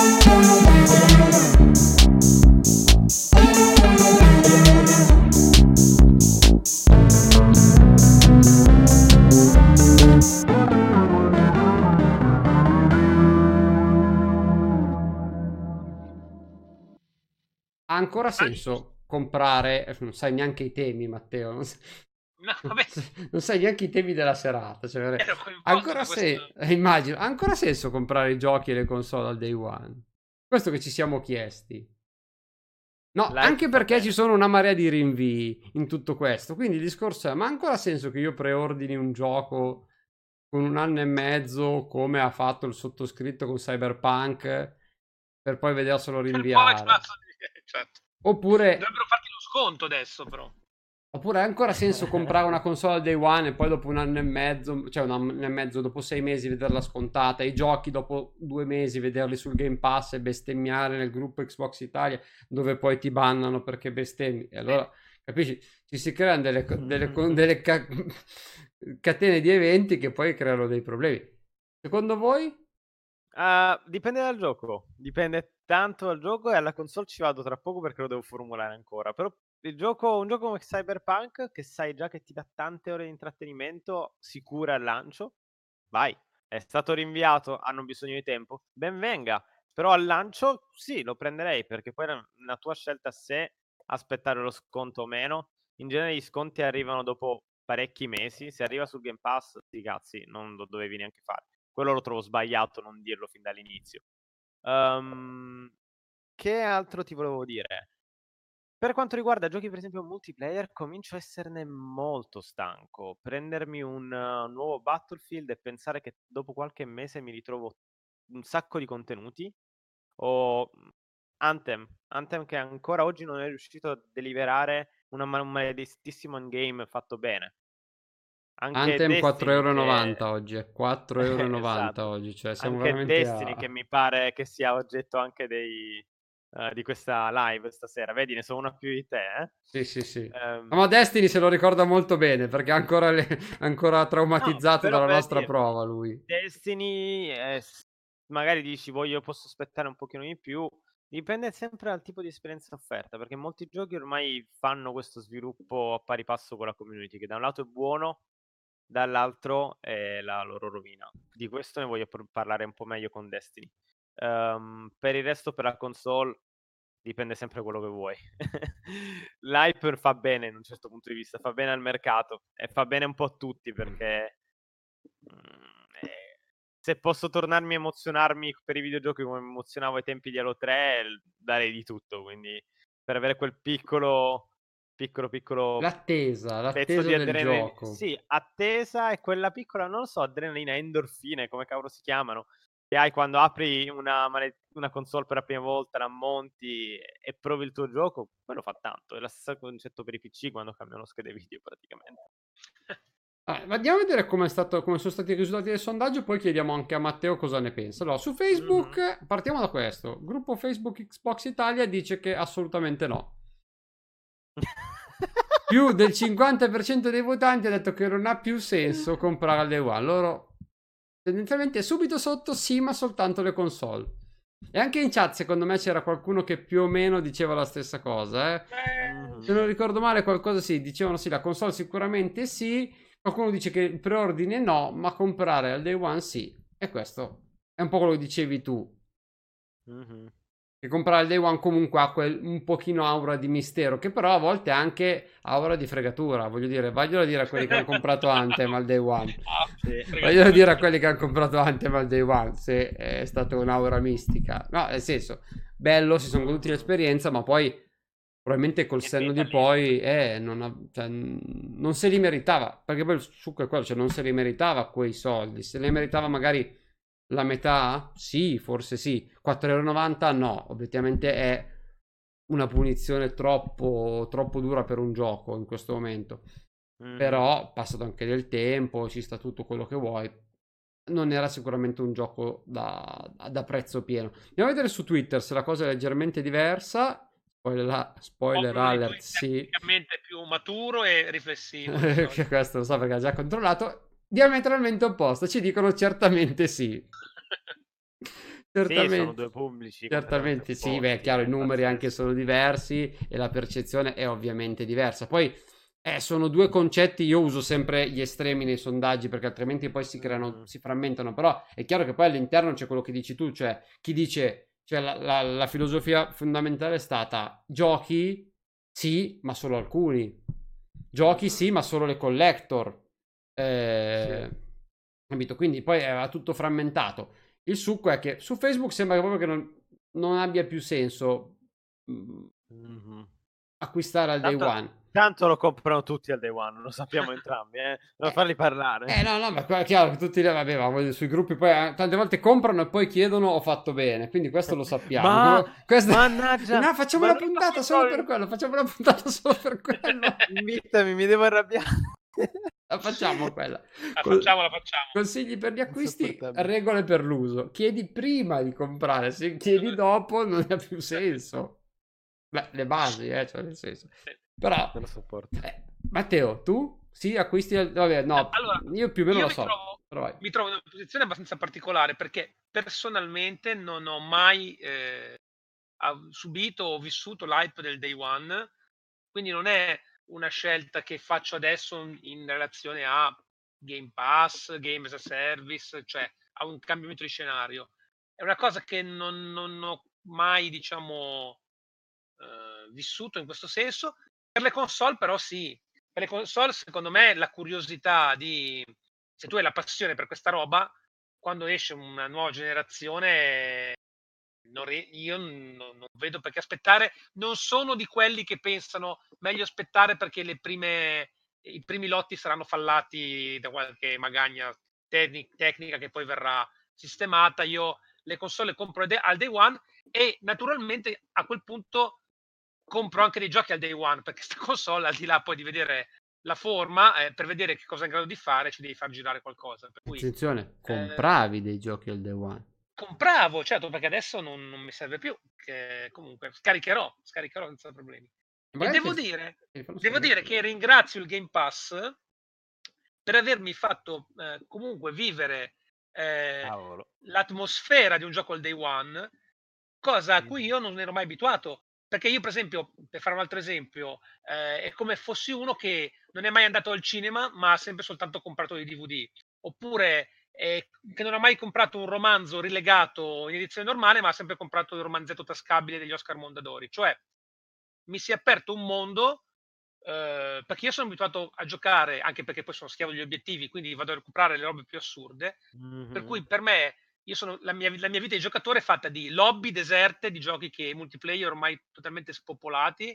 Ha ancora senso comprare, non sai neanche i temi, Matteo, No, vabbè, non sai neanche i temi della serata, cioè, ero coinvolto da questo. immagino, ha ancora senso comprare i giochi e le console al day one? Questo che ci siamo chiesti. No, L'hype anche fa perché ci bene. sono una marea di rinvii in tutto questo. Quindi il discorso è: ma ha ancora senso che io preordini un gioco con un anno e mezzo, come ha fatto il sottoscritto con Cyberpunk, per poi vederselo Per poi rinviare? cazzo certo. Oppure, Dovrebbero farti lo sconto adesso, però. oppure ha ancora senso comprare una console al day one e poi dopo un anno e mezzo, cioè un anno e mezzo, dopo 6 mesi vederla scontata, i giochi dopo 2 mesi vederli sul Game Pass e bestemmiare nel gruppo Xbox Italia, dove poi ti bannano perché bestemmi. E allora, capisci, ci si creano catene di eventi che poi creano dei problemi. Secondo voi? Dipende dal gioco, dipende tanto dal gioco e alla console ci vado tra poco perché lo devo formulare ancora. Però un gioco come Cyberpunk, che sai già che ti dà tante ore di intrattenimento sicure al lancio, vai. È stato rinviato, hanno bisogno di tempo, ben venga. Però al lancio sì, lo prenderei perché poi è una tua scelta se aspettare lo sconto o meno. In genere gli sconti arrivano dopo parecchi mesi, se arriva sul Game Pass, sti cazzi, non lo dovevi neanche fare. Quello lo trovo sbagliato non dirlo fin dall'inizio. Che altro ti volevo dire? Per quanto riguarda giochi per esempio multiplayer, comincio a esserne molto stanco. Prendermi un nuovo Battlefield e pensare che dopo qualche mese mi ritrovo un sacco di contenuti. O Anthem che ancora oggi non è riuscito a deliberare un maledettissimo endgame fatto bene. Anche Anthem Destiny 4,90 che € oggi, è 4,90 € esatto. oggi, cioè siamo Anche veramente Destiny che a... mi pare che sia oggetto anche di questa live stasera. Vedi, ne so una più di te, eh? Sì, sì, sì. Ma Ehm, Destiny se lo ricorda molto bene perché è ancora, ancora no, traumatizzato però dalla per nostra dirti, prova lui. Destiny, magari dici posso aspettare un pochino di più. Dipende sempre dal tipo di esperienza offerta, perché molti giochi ormai fanno questo sviluppo a pari passo con la community, che da un lato è buono, dall'altro è la loro rovina. Di questo ne voglio parlare un po' meglio con Destiny. Per il resto, per la console, dipende sempre da quello che vuoi. L'hype fa bene in un certo punto di vista, fa bene al mercato e fa bene un po' a tutti perché se posso tornarmi a emozionarmi per i videogiochi come mi emozionavo ai tempi di Halo 3, darei di tutto. Quindi per avere quel piccolo pezzo L'attesa di del adrenalina, gioco. sì, attesa e quella piccola, non lo so, adrenalina, endorfine, come cavolo si chiamano, che hai quando apri una console per la prima volta, la monti e provi il tuo gioco, quello fa tanto. È lo stesso concetto per i PC quando cambiano schede video praticamente. Andiamo a vedere come sono stati i risultati del sondaggio, poi chiediamo anche a Matteo cosa ne pensa. Allora, su Mhm. Facebook, partiamo da questo. Gruppo Facebook Xbox Italia dice che assolutamente no. Più del 50% dei votanti ha detto che non ha più senso comprare al day one. Loro tendenzialmente subito sotto sì, ma soltanto le console. E anche in chat, secondo me, c'era qualcuno che più o meno diceva la stessa cosa. Se Mhm. non ricordo male, qualcosa sì, dicevano sì, la console sicuramente sì. Qualcuno dice che il preordine no, ma comprare al day one sì. E questo è un po' quello che dicevi tu. Mhm. Che comprare il day one comunque ha un pochino aura di mistero, che però a volte ha anche aura di fregatura. Voglio dire, vaglielo dire a quelli che hanno comprato Anthem al day one. Ah, Sì. Voglio fregatura dire a sì. quelli che hanno comprato Anthem al day one se è stata un'aura mistica. No, nel senso, bello, si sono goduti Mhm. l'esperienza, ma poi probabilmente col È senno finita di lì. poi cioè, non se li meritava, perché poi il succo è quello, cioè non se li meritava quei soldi, se li meritava magari la metà? Sì, forse sì. 4,90 € no, obiettivamente è una punizione troppo, troppo dura per un gioco in questo momento. Mhm. Però, passato anche del tempo, ci sta tutto quello che vuoi. Non era sicuramente un gioco da prezzo pieno. Andiamo a vedere su Twitter se la cosa è leggermente diversa. Spoiler Offrono dei alert, tweet sì. tecnicamente più maturo e riflessivo di solito. Questo lo so perché ha già controllato. Diametralmente opposto, ci dicono certamente sì. Sì, sono Certamente. due pubblici Certamente completamente sì, beh, è chiaro, i opposti, numeri anche pazzesco. sono diversi e la percezione è ovviamente diversa. Poi sono due concetti, io uso sempre gli estremi nei sondaggi perché altrimenti poi si creano, Mhm. si frammentano, però è chiaro che poi all'interno c'è quello che dici tu, cioè chi dice, cioè la filosofia fondamentale è stata giochi sì, ma solo alcuni, giochi sì, Mhm. ma solo le collector. Sì. Eh, capito? Quindi poi era tutto frammentato. Il succo è che su Facebook sembra proprio che non abbia più senso Mhm. acquistare al day Tanto, one. tanto lo comprano tutti al day one, lo sappiamo entrambi, non Eh, farli parlare. no, no, ma è chiaro che tutti, vabbè, ma sui gruppi poi tante volte comprano e poi chiedono ho fatto bene, quindi questo lo sappiamo. Ma, Questo... mannaggia, No, facciamo ma una non lo puntata solo per controlli. quello, facciamo una puntata solo per quello. Invitami, mi devo arrabbiare. La facciamo quella. La facciamo, la facciamo. Consigli per gli acquisti, Insopportabile. regole per l'uso. Chiedi prima di comprare, se chiedi dopo non ha più senso. Beh, le basi, cioè nel senso. Però, Non lo sopporto. Matteo, tu? Sì, acquisti... Vabbè, no, Allora, io più o meno io lo so. Però vai. mi trovo in una posizione abbastanza particolare perché personalmente non ho mai subito o vissuto l'hype del day one, quindi non è una scelta che faccio adesso in relazione a Game Pass, Game as a Service, cioè a un cambiamento di scenario. È una cosa che non ho mai, diciamo, vissuto in questo senso. Per le console però sì. Per le console secondo me la curiosità di... Se tu hai la passione per questa roba, quando esce una nuova generazione io non vedo perché aspettare. Non sono di quelli che pensano meglio aspettare perché i primi lotti saranno fallati da qualche magagna tecnica che poi verrà sistemata. Io le console le compro al day one e naturalmente a quel punto compro anche dei giochi al day one perché sta console, al di là poi di vedere la forma, per vedere che cosa è in grado di fare ci devi far girare qualcosa, per cui Attenzione, eh, compravi dei giochi al day one. compravo, certo, perché adesso non mi serve più, che comunque scaricherò senza problemi. E Magari ti fanno devo sapere. dire che ringrazio il Game Pass per avermi fatto comunque vivere Cavolo. l'atmosfera di un gioco al day one, cosa a cui Mhm. io non ero mai abituato. Perché io, per esempio, per fare un altro esempio, è come fossi uno che non è mai andato al cinema, ma ha sempre soltanto comprato i DVD. Oppure che non ha mai comprato un romanzo rilegato in edizione normale, ma ha sempre comprato il romanzetto tascabile degli Oscar Mondadori. Cioè, mi si è aperto un mondo, perché io sono abituato a giocare, anche perché poi sono schiavo degli obiettivi, quindi vado a recuperare le robe più assurde. Per cui Mhm. per me, la mia vita di giocatore è fatta di lobby deserte, di giochi che multiplayer ormai totalmente spopolati,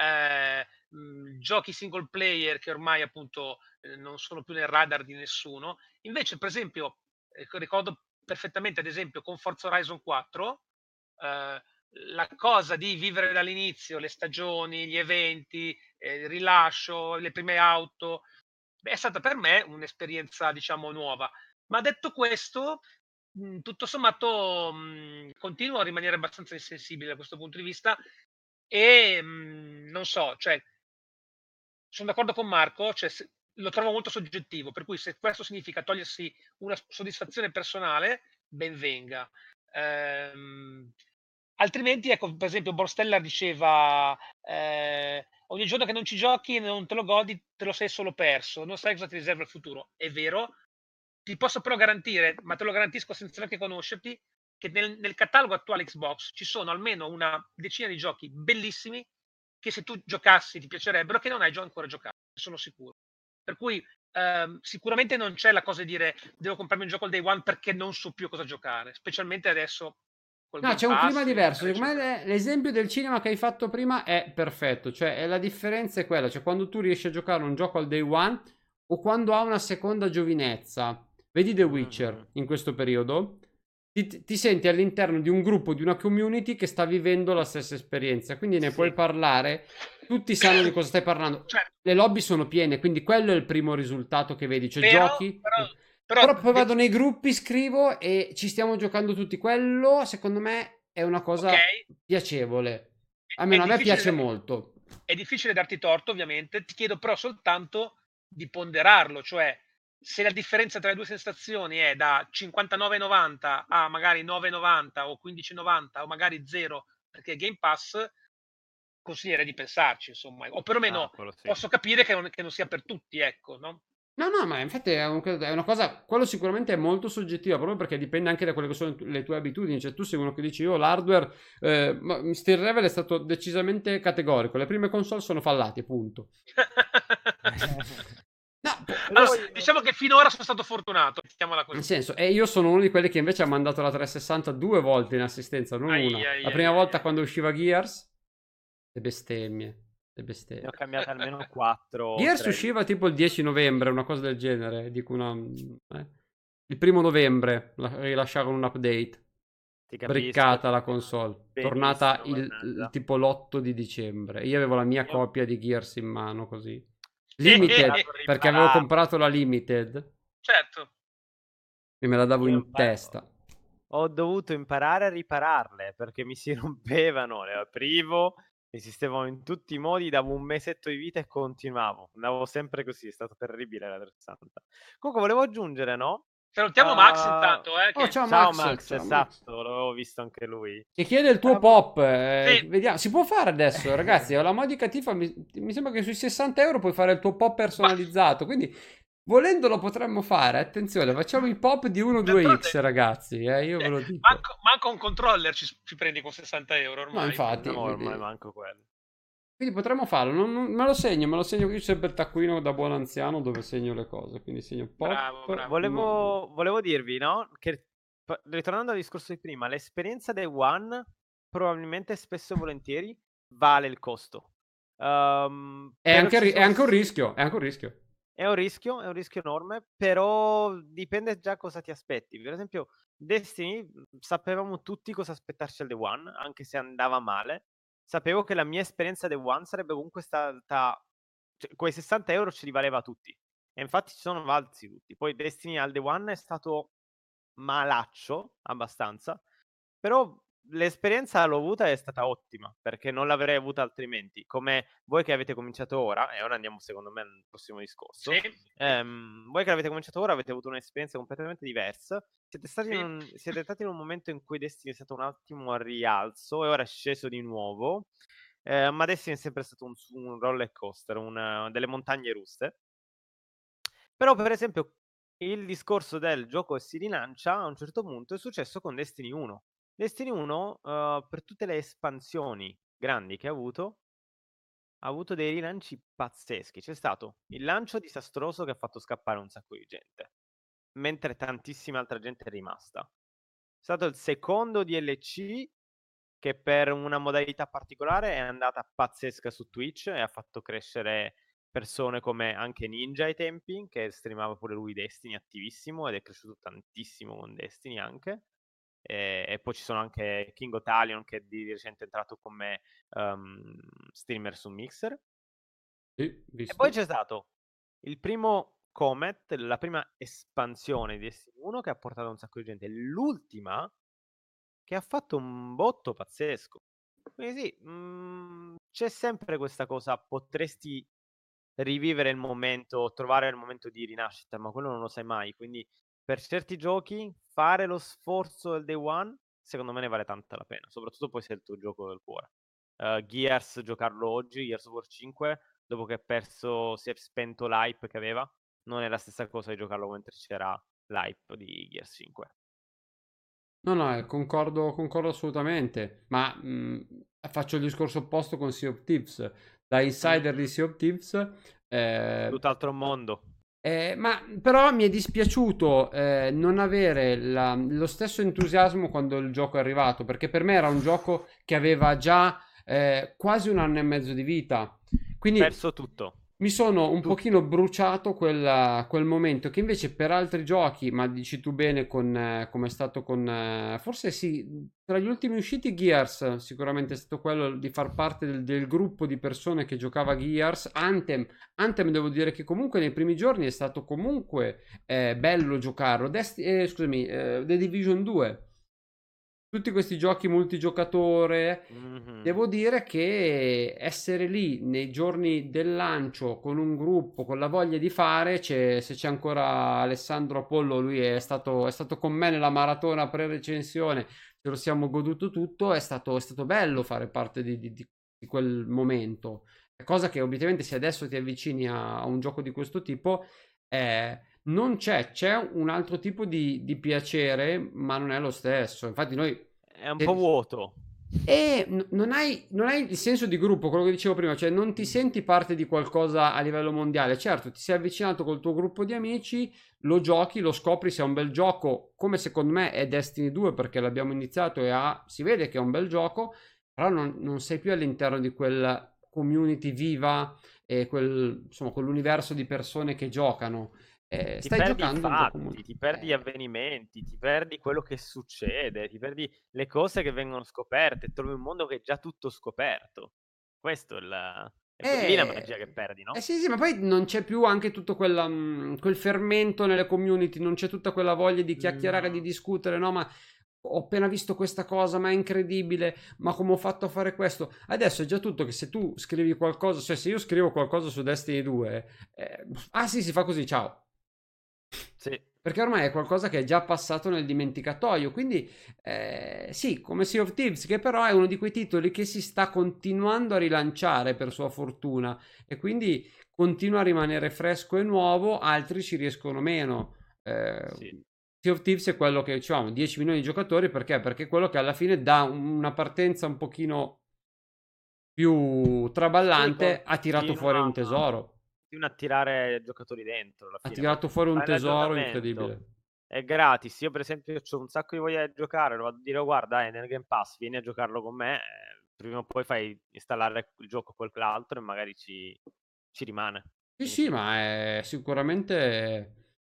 giochi single player che ormai appunto non sono più nel radar di nessuno. Invece, per esempio, ricordo perfettamente, ad esempio, con Forza Horizon 4, eh, la cosa di vivere dall'inizio le stagioni, gli eventi, il rilascio, le prime auto, è stata per me un'esperienza, diciamo, nuova. Ma detto questo, tutto sommato, continuo a rimanere abbastanza insensibile da questo punto di vista e non so, cioè, sono d'accordo con Marco, cioè, lo trovo molto soggettivo, per cui se questo significa togliersi una soddisfazione personale, ben venga. Ehm, Altrimenti, ecco, per esempio, Borstella diceva ogni giorno che non ci giochi, non te lo godi, te lo sei solo perso, non sai cosa ti riserva il futuro. È vero, ti posso però garantire, ma te lo garantisco senza neanche conoscerti, che nel catalogo attuale Xbox ci sono almeno una decina di giochi bellissimi che se tu giocassi ti piacerebbero, che non hai già ancora giocato, sono sicuro. Per cui sicuramente non c'è la cosa di dire devo comprarmi un gioco al day one perché non so più cosa giocare, specialmente adesso col No, Game c'è un clima Pass, diverso. eccetera, Secondo eccetera. me l'esempio del cinema che hai fatto prima è perfetto. Cioè, la differenza è quella. Cioè, quando tu riesci a giocare un gioco al day one o quando ha una seconda giovinezza. Vedi The Mhm. Witcher in questo periodo. Ti senti all'interno di un gruppo, di una community che sta vivendo la stessa esperienza. Quindi ne puoi Sì. parlare. Tutti sanno di cosa stai parlando. Certo, Le lobby sono piene, quindi quello è il primo risultato che vedi. Cioè, vero, giochi. però Però poi vado nei gruppi, scrivo e ci stiamo giocando tutti. Quello, secondo me, è una ok, cosa piacevole. è Almeno a me difficile, piace molto. è difficile darti torto, ovviamente. Ti chiedo però soltanto di ponderarlo, cioè se la differenza tra le due sensazioni è da 59,90 a magari 9,90 o 15,90 o magari 0 perché è Game Pass, consiglierei di pensarci, insomma, o perlomeno quello sì. posso capire che non sia per tutti, ecco, no? No, ma infatti è una cosa, quello sicuramente è molto soggettiva, proprio perché dipende anche da quelle che sono le tue abitudini. Cioè, tu sei uno che dici, io l'hardware, Steel Revel è stato decisamente categorico, le prime console sono fallate, punto. No, Allora, diciamo che finora sono stato fortunato, mettiamola nel così. senso, e io sono uno di quelli che invece ha mandato la 360 2 volte in assistenza, non una. La prima volta quando usciva Gears, le bestemmie, le Ne bestemmie. ho cambiate almeno 4. Gears usciva tipo il 10 novembre, una cosa del genere, dico una... Il 1 novembre rilasciarono un update. Ti Briccata capisco. la console, tornata Benissimo, mannaggia. tipo l'8 di dicembre. Io avevo la mia Io- copia di Gears in mano così. Ho Limited, imparato a perché avevo ripararle. comprato la Limited Certo. e me la davo Io in testa. Ho dovuto imparare a ripararle perché mi si rompevano, le aprivo, esistevano in tutti i modi, davo un mesetto di vita e continuavo. Andavo sempre così, è stato terribile la 360. Comunque volevo aggiungere, no? Salutiamo Max intanto, Oh, che... ciao Ciao Max, Max, ciao Max. esatto, l'avevo visto anche lui. Che chiede il tuo pop. Sì. Vediamo. Si può fare adesso, ragazzi. La modica Tifa mi sembra che sui 60 euro puoi fare il tuo pop personalizzato. Quindi, volendolo, potremmo fare. Attenzione, facciamo i pop di 1-2X, ragazzi. Io ve lo dico. Manco un controller ci prendi con 60 euro No, ormai. infatti. No, ormai Quindi, manco quello. potremmo farlo. Me lo segno. Io c'è il taccuino da buon anziano dove segno le cose. Quindi segno pop. Bravo. Volevo dirvi, no? Che ritornando al discorso di prima, l'esperienza dei One probabilmente spesso e volentieri vale il costo. È anche un rischio. È anche un rischio. È un rischio enorme, però dipende già cosa ti aspetti. Per esempio, Destiny, sapevamo tutti cosa aspettarci al Day One, anche se andava male. Sapevo che la mia esperienza Day One sarebbe comunque stata... Cioè, quei 60 euro ce li valeva tutti. E infatti ci sono valsi tutti. Poi Destiny al Day One è stato malaccio, abbastanza. Però l'esperienza l'ho avuta e è stata ottima, perché non l'avrei avuta altrimenti. Come voi che avete cominciato ora, e ora andiamo secondo me al prossimo discorso, Sì. voi che avete cominciato ora avete avuto un'esperienza completamente diversa, siete stati in un momento in cui Destiny è stato un attimo a rialzo e ora è sceso di nuovo, ma Destiny è sempre stato un roller coaster, delle montagne russe. Però per esempio il discorso del gioco che si rilancia a un certo punto è successo con Destiny 1. Destiny 1, per tutte le espansioni grandi che ha avuto dei rilanci pazzeschi. C'è stato il lancio disastroso che ha fatto scappare un sacco di gente, mentre tantissima altra gente è rimasta. È stato il secondo DLC che per una modalità particolare è andata pazzesca su Twitch e ha fatto crescere persone come anche Ninja ai tempi, che streamava pure lui Destiny attivissimo ed è cresciuto tantissimo con Destiny anche. E poi ci sono anche King Otalion che di recente è entrato come streamer su Mixer. Sì, E visto. poi c'è stato il primo Comet, la prima espansione di Destiny 1 che ha portato un sacco di gente, l'ultima che ha fatto un botto pazzesco. Quindi sì, c'è sempre questa cosa, potresti rivivere il momento, trovare il momento di rinascita, ma quello non lo sai mai. Quindi per certi giochi fare lo sforzo del day one, secondo me ne vale tanta la pena, soprattutto poi se è il tuo gioco del cuore. Gears, giocarlo oggi, Gears of War 5, dopo che si è spento l'hype che aveva, non è la stessa cosa di giocarlo mentre c'era l'hype di Gears 5. No, concordo assolutamente, ma faccio il discorso opposto con Sea of Thieves. Da insider di Sea of Thieves, Tutt'altro mondo. ma però mi è dispiaciuto non avere lo stesso entusiasmo quando il gioco è arrivato, perché per me era un gioco che aveva già quasi 1 anno e mezzo di vita. Quindi Perso tutto. mi sono un Tutto. pochino bruciato quel momento che invece per altri giochi, ma dici tu bene come è stato con... forse sì, tra gli ultimi usciti Gears sicuramente è stato quello di far parte del gruppo di persone che giocava Gears. Anthem devo dire che comunque nei primi giorni è stato comunque bello giocarlo. The Division 2 tutti questi giochi multigiocatore, Mhm. devo dire che essere lì nei giorni del lancio con un gruppo, con la voglia di fare, se c'è ancora Alessandro Apollo, lui è stato con me nella maratona pre-recensione, ce lo siamo goduto tutto, è stato bello fare parte di quel momento. È cosa che obiettivamente se adesso ti avvicini a un gioco di questo tipo, non c'è un altro tipo di piacere, ma non è lo stesso. Infatti noi... È un po' vuoto. E non hai il senso di gruppo, quello che dicevo prima, cioè non ti senti parte di qualcosa a livello mondiale. Certo, ti sei avvicinato col tuo gruppo di amici, lo giochi, lo scopri se è un bel gioco, come secondo me è Destiny 2 perché l'abbiamo iniziato e si vede che è un bel gioco, però non sei più all'interno di quella community viva e insomma, quell'universo di persone che giocano. Ti Stai perdi i giocando un gioco fatti, ti perdi gli avvenimenti, ti perdi quello che succede, ti perdi le cose che vengono scoperte, trovi un mondo che è già tutto scoperto. Questo è lì la magia che perdi, no? Sì, sì, ma poi non c'è più anche tutto quel fermento nelle community, non c'è tutta quella voglia di chiacchierare, di No. discutere, no? Ma ho appena visto questa cosa, ma è incredibile, ma come ho fatto a fare questo? Adesso è già tutto che se tu scrivi qualcosa, cioè se io scrivo qualcosa su Destiny 2, ah sì, si fa così, ciao. Sì. Perché ormai è qualcosa che è già passato nel dimenticatoio. Quindi, sì, come Sea of Thieves, che però è uno di quei titoli che si sta continuando a rilanciare per sua fortuna. E quindi continua a rimanere fresco e nuovo, altri ci riescono meno. Sì. Sea of Thieves è quello che diciamo 10 milioni di giocatori perché? Perché è quello che alla fine dà una partenza un pochino più Sì, traballante, ha tirato fuori un continua tesoro. a tirare giocatori dentro alla Ha fine, ma tirato fuori un fai tesoro l'aggiornamento, incredibile. è gratis. Io per esempio ho un sacco di voglia di giocare, lo vado a dire: "Oh, guarda, è nel Game Pass, vieni a giocarlo con me", prima o poi fai installare il gioco con quell'altro e magari ci rimane. Sì, Quindi sì, sì. ma è sicuramente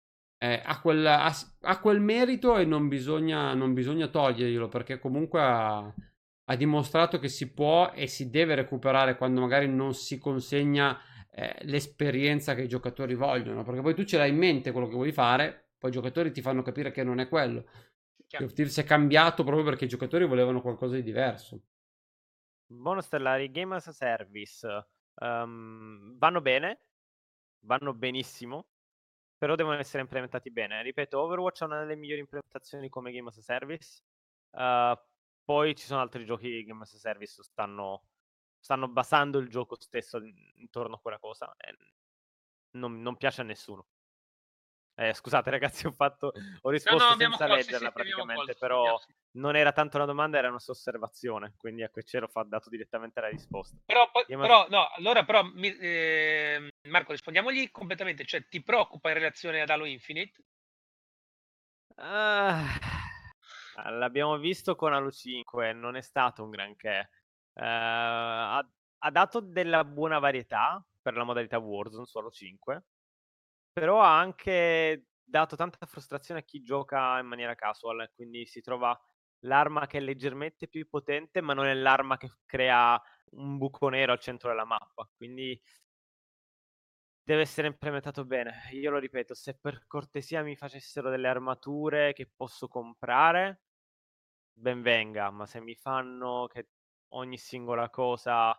ha quel merito e non bisogna toglierglielo perché comunque ha dimostrato che si può e si deve recuperare quando magari non si consegna l'esperienza che i giocatori vogliono. Perché poi tu ce l'hai in mente quello che vuoi fare, poi i giocatori ti fanno capire che non è quello. Sea Chiaro. of Thieves è cambiato proprio perché i giocatori volevano qualcosa di diverso. Bonus stellari, game as a service, vanno bene, vanno benissimo, però devono essere implementati bene. Ripeto, Overwatch è una delle migliori implementazioni come game as a service. Poi ci sono altri giochi di game as a service, stanno basando il gioco stesso intorno a quella cosa e non piace a nessuno. Scusate ragazzi, ho No, risposto abbiamo senza colto, sì, leggerla sì, abbiamo praticamente, colto, sì, abbiamo, però sì. non era tanto una domanda, era una sua osservazione, quindi ecco, Cero ha dato direttamente la risposta. Game as- Però, no, allora però, Marco, rispondiamogli completamente, cioè ti preoccupa in relazione ad Halo Infinite? Ah, l'abbiamo visto con Halo 5, non è stato un granché. Ha dato della buona varietà per la modalità Warzone su Halo 5, però ha anche dato tanta frustrazione a chi gioca in maniera casual, quindi si trova l'arma che è leggermente più potente, ma non è l'arma che crea un buco nero al centro della mappa, quindi deve essere implementato bene. Io lo ripeto, se per cortesia mi facessero delle armature che posso comprare, ben venga, ma se mi fanno che ogni singola cosa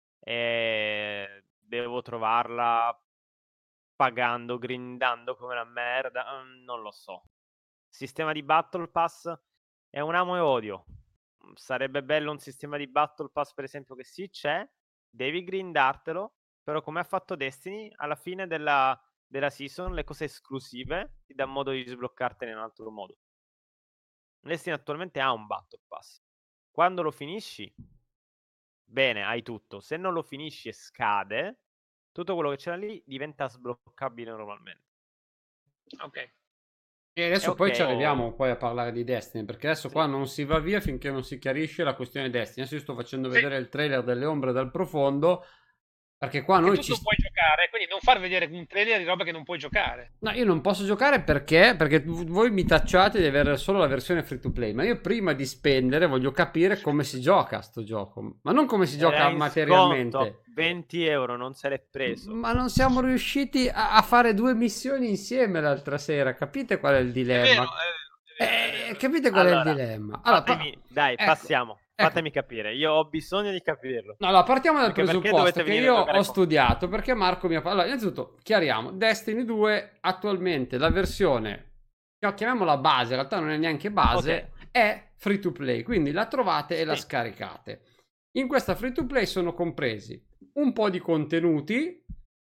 devo trovarla pagando, grindando come una merda, non lo so. Sistema di Battle Pass è un amo e odio. Sarebbe bello un sistema di Battle Pass, per esempio, che sì, c'è, devi grindartelo, però come ha fatto Destiny, alla fine della season le cose esclusive ti dà modo di sbloccartene in un altro modo. Destiny attualmente ha un Battle Pass. Quando lo finisci, bene, hai tutto. Se non lo finisci e scade, tutto quello che c'era lì diventa sbloccabile normalmente. Ok. E È adesso poi ci ok. arriviamo poi a parlare di Destiny, perché adesso qua Sì. non si va via finché non si chiarisce la questione Destiny. Adesso io sto facendo Sì, vedere il trailer delle ombre dal profondo, perché qua che noi tu non puoi giocare, quindi non far vedere un trailer di roba che non puoi giocare. No, io non posso giocare perché voi mi tacciate di avere solo la versione free to play, ma io prima di spendere voglio capire come si gioca a sto gioco, ma non come si Era gioca in sconto a materialmente. 20 €, non se l'è preso. Ma non siamo riusciti a fare due missioni insieme l'altra sera, capite qual è il È vero, dilemma? è vero, è vero, è vero. capite qual è il Allora, dilemma? Allora, dai, ecco, passiamo. ecco. Fatemi capire. Io ho bisogno di capirlo. No, allora, partiamo dal Anche perché presupposto dovete che venire a io giocare ho con me. studiato, perché Marco mi ha parlato. Allora, innanzitutto, chiariamo, Destiny 2 attualmente la versione, chiamiamola base, in realtà non è neanche base, è free to play, quindi la trovate e la Sì. scaricate. In questa free to play sono compresi un po' di contenuti,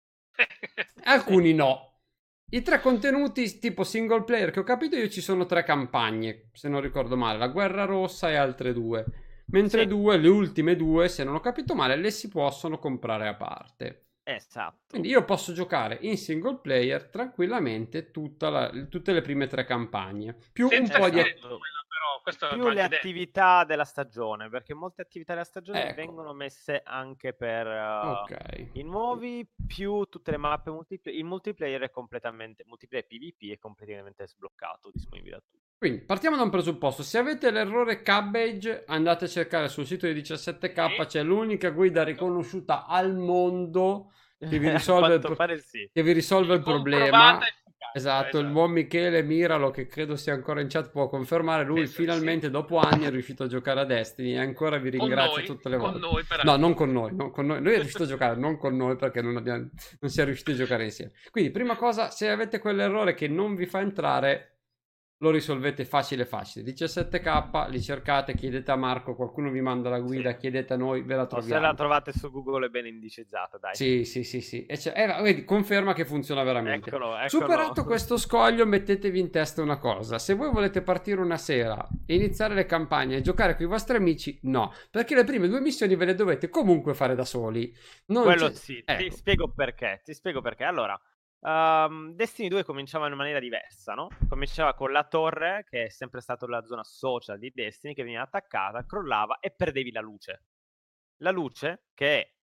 alcuni no. I 3 contenuti tipo single player che ho capito io, ci sono 3 campagne, se non ricordo male, la Guerra Rossa e altre 2. Mentre Sì. le ultime 2, se non ho capito male, le si possono comprare a parte. Esatto. Quindi io posso giocare in single player tranquillamente tutte le prime 3 campagne. Più Senza un po' di... finire quella, però questo Più va le anche detto. attività della stagione, perché molte attività della stagione Ecco. vengono messe anche per Ok. i nuovi, più tutte le mappe multiplayer. Il multiplayer è completamente, multiplayer PvP è completamente sbloccato, disponibile a tutti. Quindi partiamo da un presupposto: se avete l'errore Cabbage, andate a cercare sul sito di 17K, Sì. c'è l'unica guida riconosciuta al mondo che vi A risolve quanto pare sì. che vi risolve il problema. Comprovata efficacia, Esatto, il buon Michele Miralo, che credo sia ancora in chat, può confermare. Lui Penso di finalmente sì. dopo anni è riuscito a giocare a Destiny e ancora vi Con ringrazia noi, tutte le con volte. noi, No, peraltro. non con noi, non con noi. Lui è riuscito a giocare, non con noi, perché non si è riusciti a giocare insieme. Quindi, prima cosa, se avete quell'errore che non vi fa entrare, lo risolvete facile. 17K, li cercate, chiedete a Marco, qualcuno vi manda la guida, Sì. chiedete a noi, ve la O se troviamo. la trovate su Google è ben indicizzata, dai. Sì. E vedi, conferma che funziona veramente. Eccolo. Superato questo scoglio, mettetevi in testa una cosa: se voi volete partire una sera, iniziare le campagne e giocare con i vostri amici, no, perché le prime 2 missioni ve le dovete comunque fare da soli. Quello sì, Ecco. ti spiego perché. Allora, Destiny 2 cominciava in maniera diversa, no? Cominciava con la torre, che è sempre stata la zona social di Destiny, che veniva attaccata, crollava e perdevi la luce. La luce, che è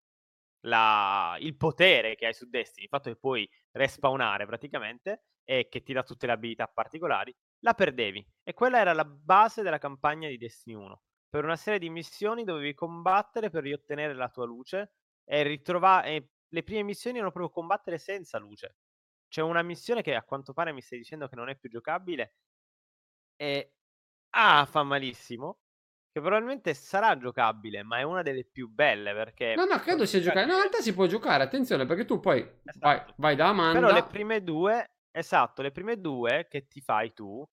il potere che hai su Destiny, il fatto che puoi respawnare praticamente e che ti dà tutte le abilità particolari, la perdevi. E quella era la base della campagna di Destiny 1. Per una serie di missioni dovevi combattere per riottenere la tua luce e le prime missioni erano proprio combattere senza luce. C'è una missione che a quanto pare mi stai dicendo che non è più giocabile e fa malissimo, che probabilmente sarà giocabile, ma è una delle più belle perché No, credo sia giocare. No, in realtà si può giocare, attenzione, perché tu poi esatto. vai da Però le Amanda. prime due, esatto, le prime due che ti fai tu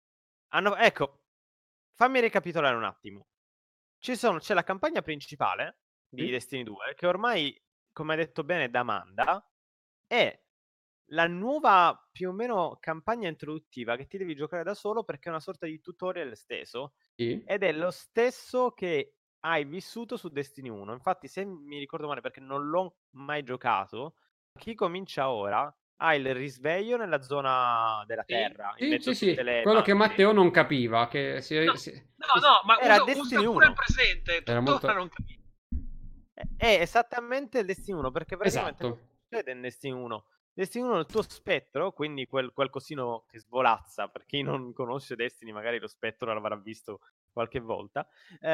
ecco, fammi ricapitolare un attimo. C'è la campagna principale di Sì. Destiny 2 che ormai, come ha detto bene Damanda, è la nuova più o meno campagna introduttiva che ti devi giocare da solo perché è una sorta di tutorial esteso Sì. ed è lo stesso che hai vissuto su Destiny 1. Infatti, se mi ricordo male, perché non l'ho mai giocato, chi comincia ora ha il risveglio nella zona della Terra, in mezzo a tutte Sì. le Quello che macchine. Matteo non capiva, che No, ma Era usa Destiny pure 1. il presente, Era tuttora molto... non capisco. È esattamente il Destiny 1, perché praticamente Esatto. cosa succede in Destiny 1? Destiny 1 è il tuo spettro, quindi quel cosino che svolazza, per chi non conosce Destiny magari lo spettro l'avrà visto qualche volta,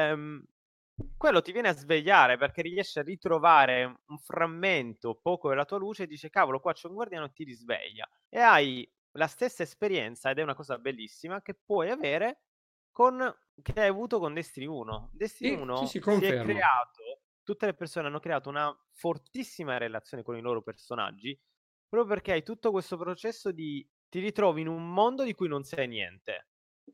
quello ti viene a svegliare perché riesce a ritrovare un frammento poco della tua luce e dice cavolo qua c'è un guardiano e ti risveglia e hai la stessa esperienza ed è una cosa bellissima che puoi avere che hai avuto con Destiny 1. Destiny 1 Sì, si è confermo. creato, tutte le persone hanno creato una fortissima relazione con i loro personaggi proprio perché hai tutto questo processo ti ritrovi in un mondo di cui non sai niente.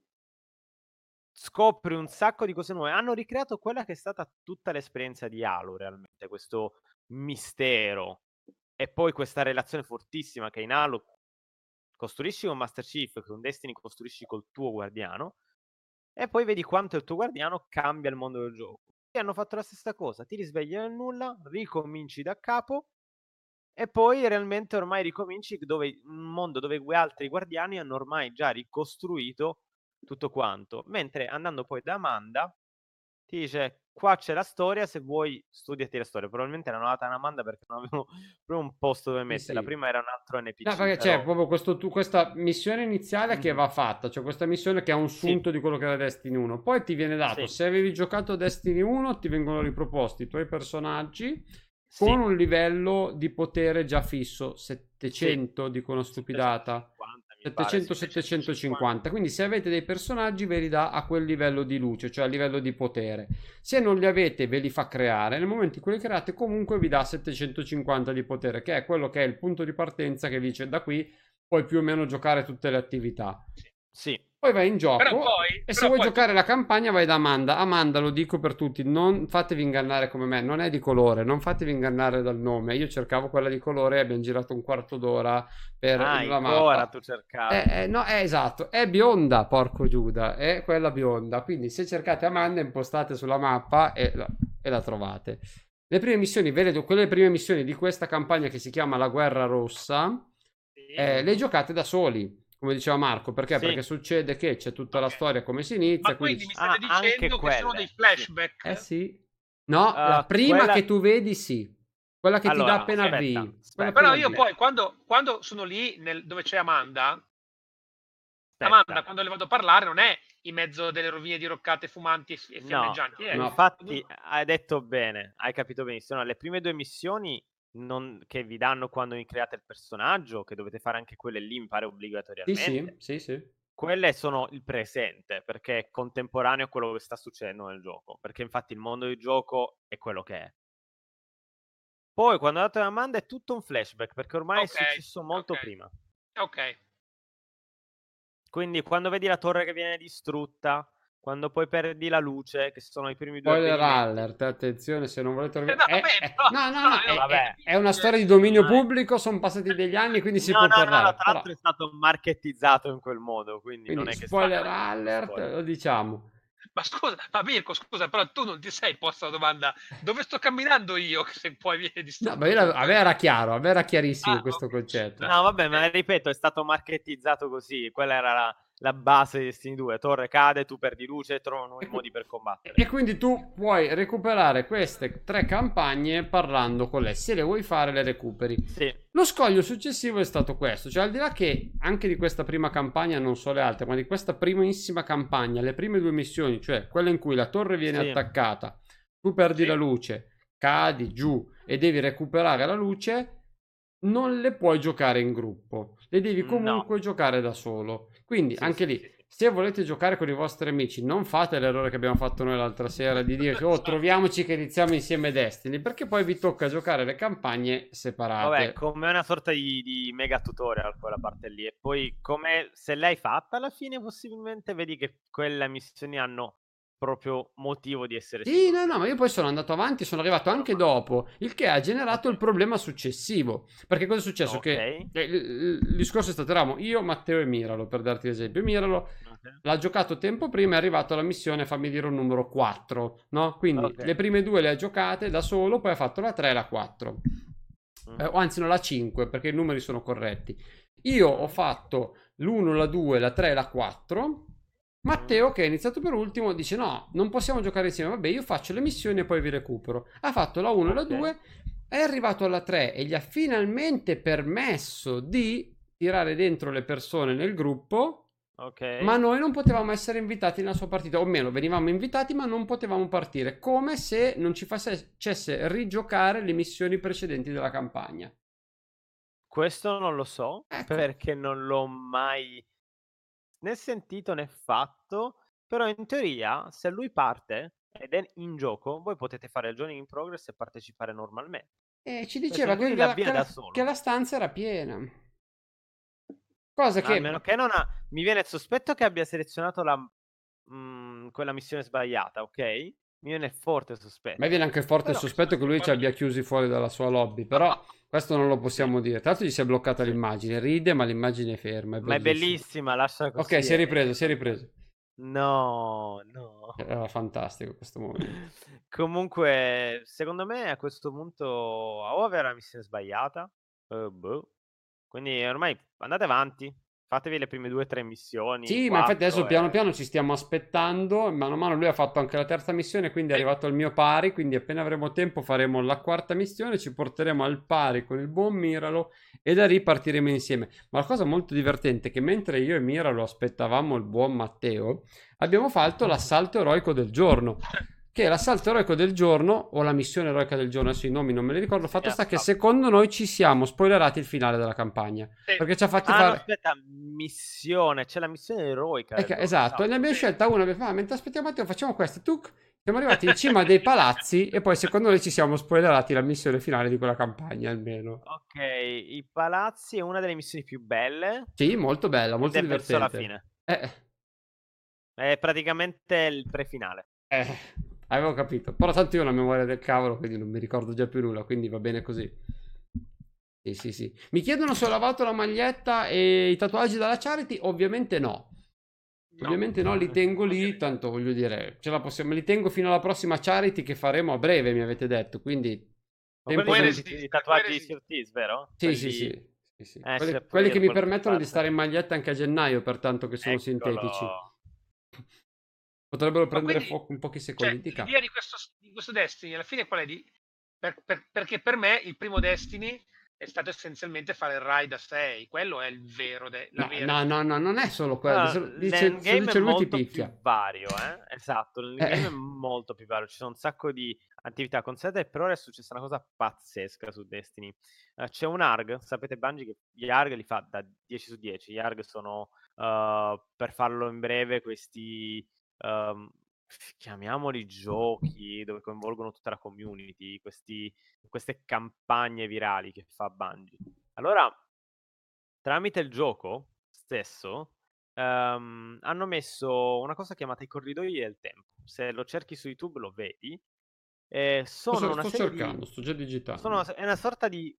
Scopri un sacco di cose nuove. Hanno ricreato quella che è stata tutta l'esperienza di Halo realmente, questo mistero e poi questa relazione fortissima che in Halo costruisci con Master Chief, con Destiny costruisci col tuo guardiano e poi vedi quanto il tuo guardiano cambia il mondo del gioco. E hanno fatto la stessa cosa, ti risvegli nel nulla, ricominci da capo e poi realmente ormai ricominci un mondo dove altri guardiani hanno ormai già ricostruito tutto quanto. Mentre andando poi da Amanda ti dice qua c'è la storia, se vuoi studiati la storia. Probabilmente l'hanno data a Amanda perché non avevano proprio un posto dove metterla. Sì. Prima era un altro No, NPC. perché c'è proprio questa missione iniziale che Mhm. va fatta, cioè questa missione che ha un sunto di quello che era Destiny 1. Poi ti viene dato, Sì. se avevi giocato Destiny 1, ti vengono riproposti i tuoi personaggi Sì. con un livello di potere già fisso, 700, dicono stupidata. 750, 700-750. Quindi se avete dei personaggi ve li dà a quel livello di luce, cioè a livello di potere. Se non li avete ve li fa creare. Nel momento in cui li create comunque vi dà 750 di potere, che è quello che è il punto di partenza che dice da qui puoi più o meno giocare tutte le attività. Sì. Poi vai in gioco e se vuoi poi giocare la campagna vai da Amanda. Amanda, lo dico per tutti, non fatevi ingannare come me, non è di colore, non fatevi ingannare dal nome. Io cercavo quella di colore e abbiamo girato un quarto d'ora per la mappa. Tu cercavi. No, è esatto, è bionda, porco Giuda, è quella bionda. Quindi se cercate Amanda impostate sulla mappa e la trovate. Le prime missioni, quelle prime missioni di questa campagna che si chiama La Guerra Rossa, le giocate da soli. Come diceva Marco, perché? Sì. Perché succede che c'è tutta la storia come si inizia. Ma quindi mi state anche dicendo che sono dei flashback? Sì. No, la prima che tu vedi sì. Quella che ti dà appena avvii. Però io poi quando sono lì dove c'è Amanda, quando le vado a parlare non è in mezzo delle rovine diroccate fumanti e fiammeggianti. No, infatti hai detto bene, hai capito benissimo. Le prime 2 missioni che vi danno quando vi create il personaggio, che dovete fare anche quelle lì, mi pare obbligatoriamente. Sì. Quelle sono il presente, perché è contemporaneo a quello che sta succedendo nel gioco, perché infatti il mondo di gioco è quello che è. Poi quando andate da Amanda è tutto un flashback, perché ormai è successo molto prima. Ok. Quindi quando vedi la torre che viene distrutta, quando poi perdi la luce, che sono i primi 2 Spoiler avvenimenti. alert, attenzione se non volete è una storia di dominio pubblico, sono passati degli anni, quindi si può parlare. Tra l'altro è stato marketizzato in quel modo, quindi non è che spoiler alert, lo diciamo. Ma scusa, Mirko, però tu non ti sei posto la domanda dove sto camminando io, se poi viene distrutto. No, ma a me era chiaro, a me era chiarissimo questo concetto. No, vabbè, ma ripeto, è stato marketizzato così, quella era la base di Destiny 2, torre cade, tu perdi luce, trovano nuovi modi per combattere. E quindi tu puoi recuperare queste 3 campagne parlando con lei, se le vuoi fare le recuperi. Sì. Lo scoglio successivo è stato questo, cioè al di là che anche di questa prima campagna, non so le altre, ma di questa primissima campagna, le prime 2 missioni, cioè quella in cui la torre viene attaccata, tu perdi la luce, cadi giù e devi recuperare la luce, non le puoi giocare in gruppo, le devi comunque giocare da solo. Quindi anche lì, se volete giocare con i vostri amici, non fate l'errore che abbiamo fatto noi l'altra sera di dire troviamoci che iniziamo insieme Destiny, perché poi vi tocca giocare le campagne separate. Vabbè, come una sorta di mega tutorial quella parte lì. E poi come se l'hai fatta alla fine possibilmente vedi che quelle missioni hanno proprio motivo di essere no, ma io poi sono andato avanti, sono arrivato anche dopo, il che ha generato il problema successivo, perché cosa è successo? Che il discorso è stato, eravamo io, Matteo e Miralo, per darti l'esempio. Miralo l'ha giocato tempo prima, è arrivato alla missione, fammi dire un numero 4, no? Quindi le prime 2 le ha giocate da solo, poi ha fatto la 3 e la 4, o anzi no, la 5, perché i numeri sono corretti. Io ho fatto l'1, la 2, la 3 e la 4. Matteo, che ha iniziato per ultimo, dice no, non possiamo giocare insieme, vabbè, io faccio le missioni e poi vi recupero. Ha fatto la 1 e la 2, è arrivato alla 3 e gli ha finalmente permesso di tirare dentro le persone nel gruppo, ma noi non potevamo essere invitati nella sua partita, o meno venivamo invitati ma non potevamo partire, come se non ci facesse rigiocare le missioni precedenti della campagna. Questo non lo so, perché non l'ho mai né sentito né fatto, però in teoria se lui parte ed è in gioco voi potete fare il joining in progress e partecipare normalmente. E ci diceva che la stanza era piena, cosa che almeno che non ha, mi viene il sospetto che abbia selezionato quella missione sbagliata, ok? Mi viene forte sospetto. Ma viene anche forte il sospetto che lui ci abbia chiusi fuori dalla sua lobby, però questo non lo possiamo dire. Tra l'altro gli si è bloccata l'immagine, ride ma l'immagine è ferma. Ma è bellissima, lascia così. Ok, si è ripreso. No. Era fantastico questo momento. Comunque, secondo me a questo punto o avere la missione sbagliata, quindi ormai andate avanti. Fatevi le prime 2 o 3 missioni. Sì, ma infatti adesso piano piano ci stiamo aspettando. Mano a mano lui ha fatto anche la 3ª missione, quindi è arrivato al mio pari. Quindi appena avremo tempo faremo la 4ª missione, ci porteremo al pari con il buon Miralo e da lì partiremo insieme. Ma la cosa molto divertente è che mentre io e Miralo aspettavamo il buon Matteo, abbiamo fatto l'assalto eroico del giorno. che è l'assalto eroico del giorno, o la missione eroica del giorno, adesso i nomi non me li ricordo, fatto sta che secondo noi ci siamo spoilerati il finale della campagna, perché ci ha fatti no, fare... aspetta, missione, c'è la missione eroica. Esatto, e ne abbiamo scelta una, mentre aspettiamo, facciamo questa, siamo arrivati in cima dei palazzi e poi secondo noi ci siamo spoilerati la missione finale di quella campagna almeno. Ok, i palazzi è una delle missioni più belle. Sì, molto bella, molto ed è verso la divertente. fine. È praticamente il prefinale. Avevo capito, però tanto io ho la memoria del cavolo, quindi non mi ricordo già più nulla, quindi va bene così. Sì. Mi chiedono se ho lavato la maglietta e i tatuaggi dalla Charity, ovviamente no. Ovviamente no, li tengo lì, tanto voglio dire, me li tengo fino alla prossima Charity che faremo a breve, mi avete detto, quindi... Ma quelli sono i tatuaggi di Sea of Thieves, vero? Sì. Quelli, quelli che mi permettono di stare in maglietta anche a gennaio, pertanto che sono Eccolo. sintetici. Potrebbero prendere fuoco in pochi secondi. L'idea di questo Destiny alla fine qual è? Perché per me il primo Destiny è stato essenzialmente fare il raid a 6, quello è il vero no, non è solo quello. L'endgame è molto più vario, esatto, l'endgame è molto più vario, ci sono un sacco di attività considerate e per ora è successa una cosa pazzesca su Destiny. C'è un ARG, sapete Bungie che gli ARG li fa da 10 su 10, gli ARG sono, per farlo in breve, questi... chiamiamoli giochi dove coinvolgono tutta la community, queste campagne virali che fa Bungie. Allora, tramite il gioco stesso hanno messo una cosa chiamata i corridoi del tempo. Se lo cerchi su YouTube lo vedi. Sono una sto serie cercando, sto già digitando. è una sorta di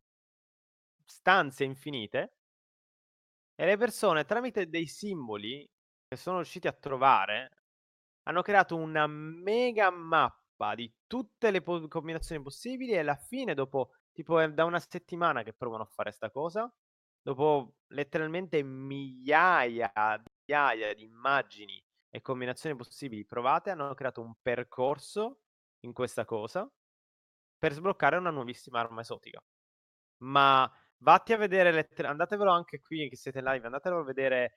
stanze infinite e le persone tramite dei simboli che sono riusciti a trovare hanno creato una mega mappa di tutte le combinazioni possibili e alla fine, dopo tipo è da una settimana che provano a fare sta cosa, dopo letteralmente migliaia di immagini e combinazioni possibili provate, hanno creato un percorso in questa cosa per sbloccare una nuovissima arma esotica. Ma vatti a vedere, andatevelo anche qui che siete live, andatevelo a vedere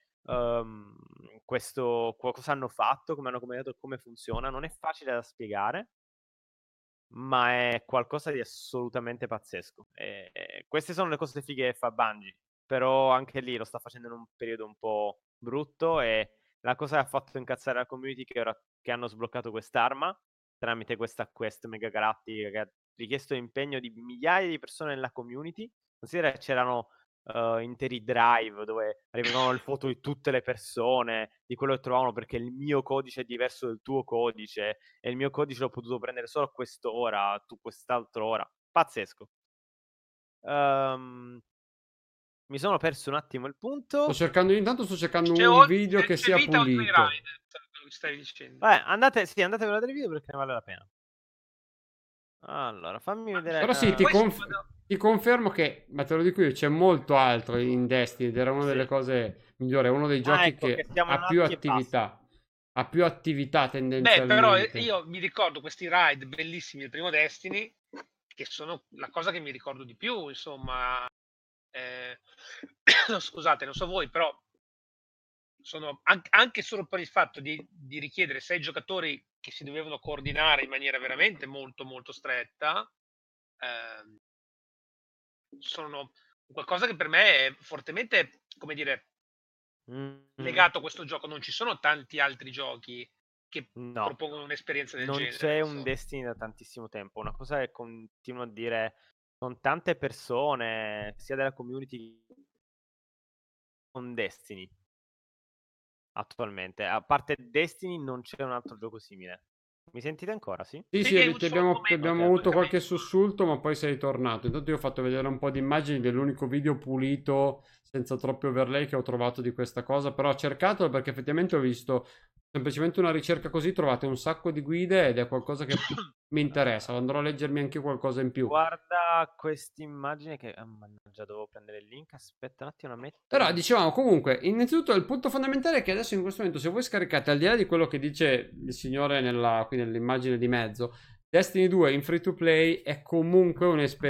questo, cosa hanno fatto, come hanno combinato, come funziona. Non è facile da spiegare, ma è qualcosa di assolutamente pazzesco. Queste sono le cose fighe che fa Bungie, però anche lì lo sta facendo in un periodo un po' brutto e la cosa che ha fatto incazzare la community che hanno sbloccato quest'arma tramite questa quest mega galattica che ha richiesto l'impegno di migliaia di persone nella community. Considera che c'erano interi drive dove arrivavano le foto di tutte le persone, di quello che trovavano, perché il mio codice è diverso del tuo codice e il mio codice l'ho potuto prendere solo a quest'ora, tu quest'altra ora. Pazzesco. Mi sono perso un attimo il punto. Intanto sto cercando un video che sia pulito. Stai dicendo. Andatevelo a vedere il video perché ne vale la pena. Allora, fammi vedere. Però sì, ti confermo che, ma te lo dico io, c'è molto altro in Destiny ed era una delle cose migliori, è uno dei giochi che ha più attività. Ha più attività tendenzialmente. Però io mi ricordo questi raid bellissimi del primo Destiny, che sono la cosa che mi ricordo di più, insomma. Scusate, non so voi, però sono anche solo per il fatto di richiedere 6 giocatori che si dovevano coordinare in maniera veramente molto molto stretta, sono qualcosa che per me è fortemente, come dire, legato a questo gioco. Non ci sono tanti altri giochi che propongono un'esperienza del genere. Non c'è un Destiny da tantissimo tempo. Una cosa che continuo a dire con tante persone, sia della community con Destiny attualmente. A parte Destiny non c'è un altro gioco simile. Mi sentite ancora, sì? Sì, abbiamo avuto qualche sussulto, ma poi sei tornato. Intanto io ho fatto vedere un po' di immagini dell'unico video pulito, senza troppi overlay che ho trovato di questa cosa, però ho cercato perché effettivamente ho visto semplicemente una ricerca così, trovate un sacco di guide ed è qualcosa che mi interessa, andrò a leggermi anche qualcosa in più. Guarda quest'immagine che... mannaggia, devo prendere il link, aspetta un attimo, Però dicevamo comunque, innanzitutto il punto fondamentale è che adesso in questo momento se voi scaricate, al di là di quello che dice il signore qui nell'immagine di mezzo, Destiny 2 in free to play è comunque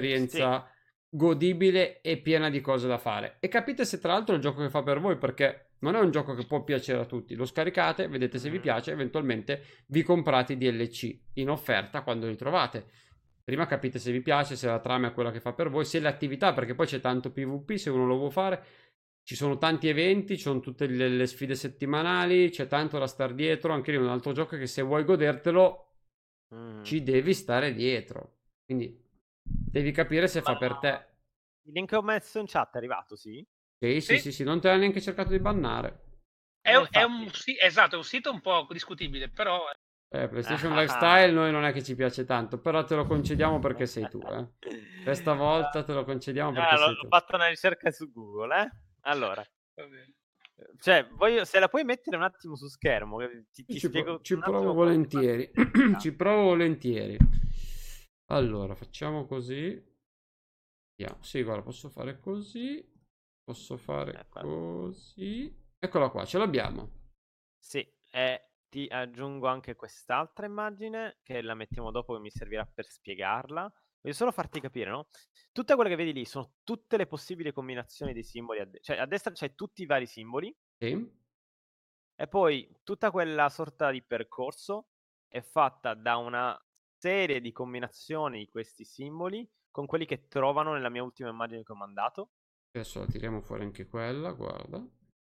un'esperienza godibile e piena di cose da fare. E capite se tra l'altro è il gioco che fa per voi, perché non è un gioco che può piacere a tutti. Lo scaricate, vedete se vi piace, eventualmente vi comprate i DLC in offerta quando li trovate. Prima capite se vi piace, se la trama è quella che fa per voi, se l'attività, perché poi c'è tanto PvP se uno lo vuole fare. Ci sono tanti eventi, ci sono tutte le sfide settimanali, c'è tanto da star dietro. Anche lì è un altro gioco che se vuoi godertelo ci devi stare dietro. Quindi devi capire se fa per te. Il link che ho messo in chat è arrivato, sì? Sì, non te l'ha neanche cercato di bannare. Esatto, è un sito un po' discutibile, però PlayStation Lifestyle noi non è che ci piace tanto, però te lo concediamo perché sei tu, Questa volta te lo concediamo perché sei tu. Ho fatto una ricerca su Google, Allora, va bene. cioè, se la puoi mettere un attimo su schermo, ti spiego. Ci provo volentieri. Ci provo volentieri. Allora, facciamo così. Sì, guarda, posso fare così. Posso fare così. Eccola qua, ce l'abbiamo. Sì, ti aggiungo anche quest'altra immagine che la mettiamo dopo, che mi servirà per spiegarla. Voglio solo farti capire, no? Tutte quelle che vedi lì sono tutte le possibili combinazioni dei simboli. Cioè, a destra c'hai tutti i vari simboli. Sì. E poi tutta quella sorta di percorso è fatta da una serie di combinazioni di questi simboli con quelli che trovano nella mia ultima immagine che ho mandato. Adesso la tiriamo fuori anche quella, guarda.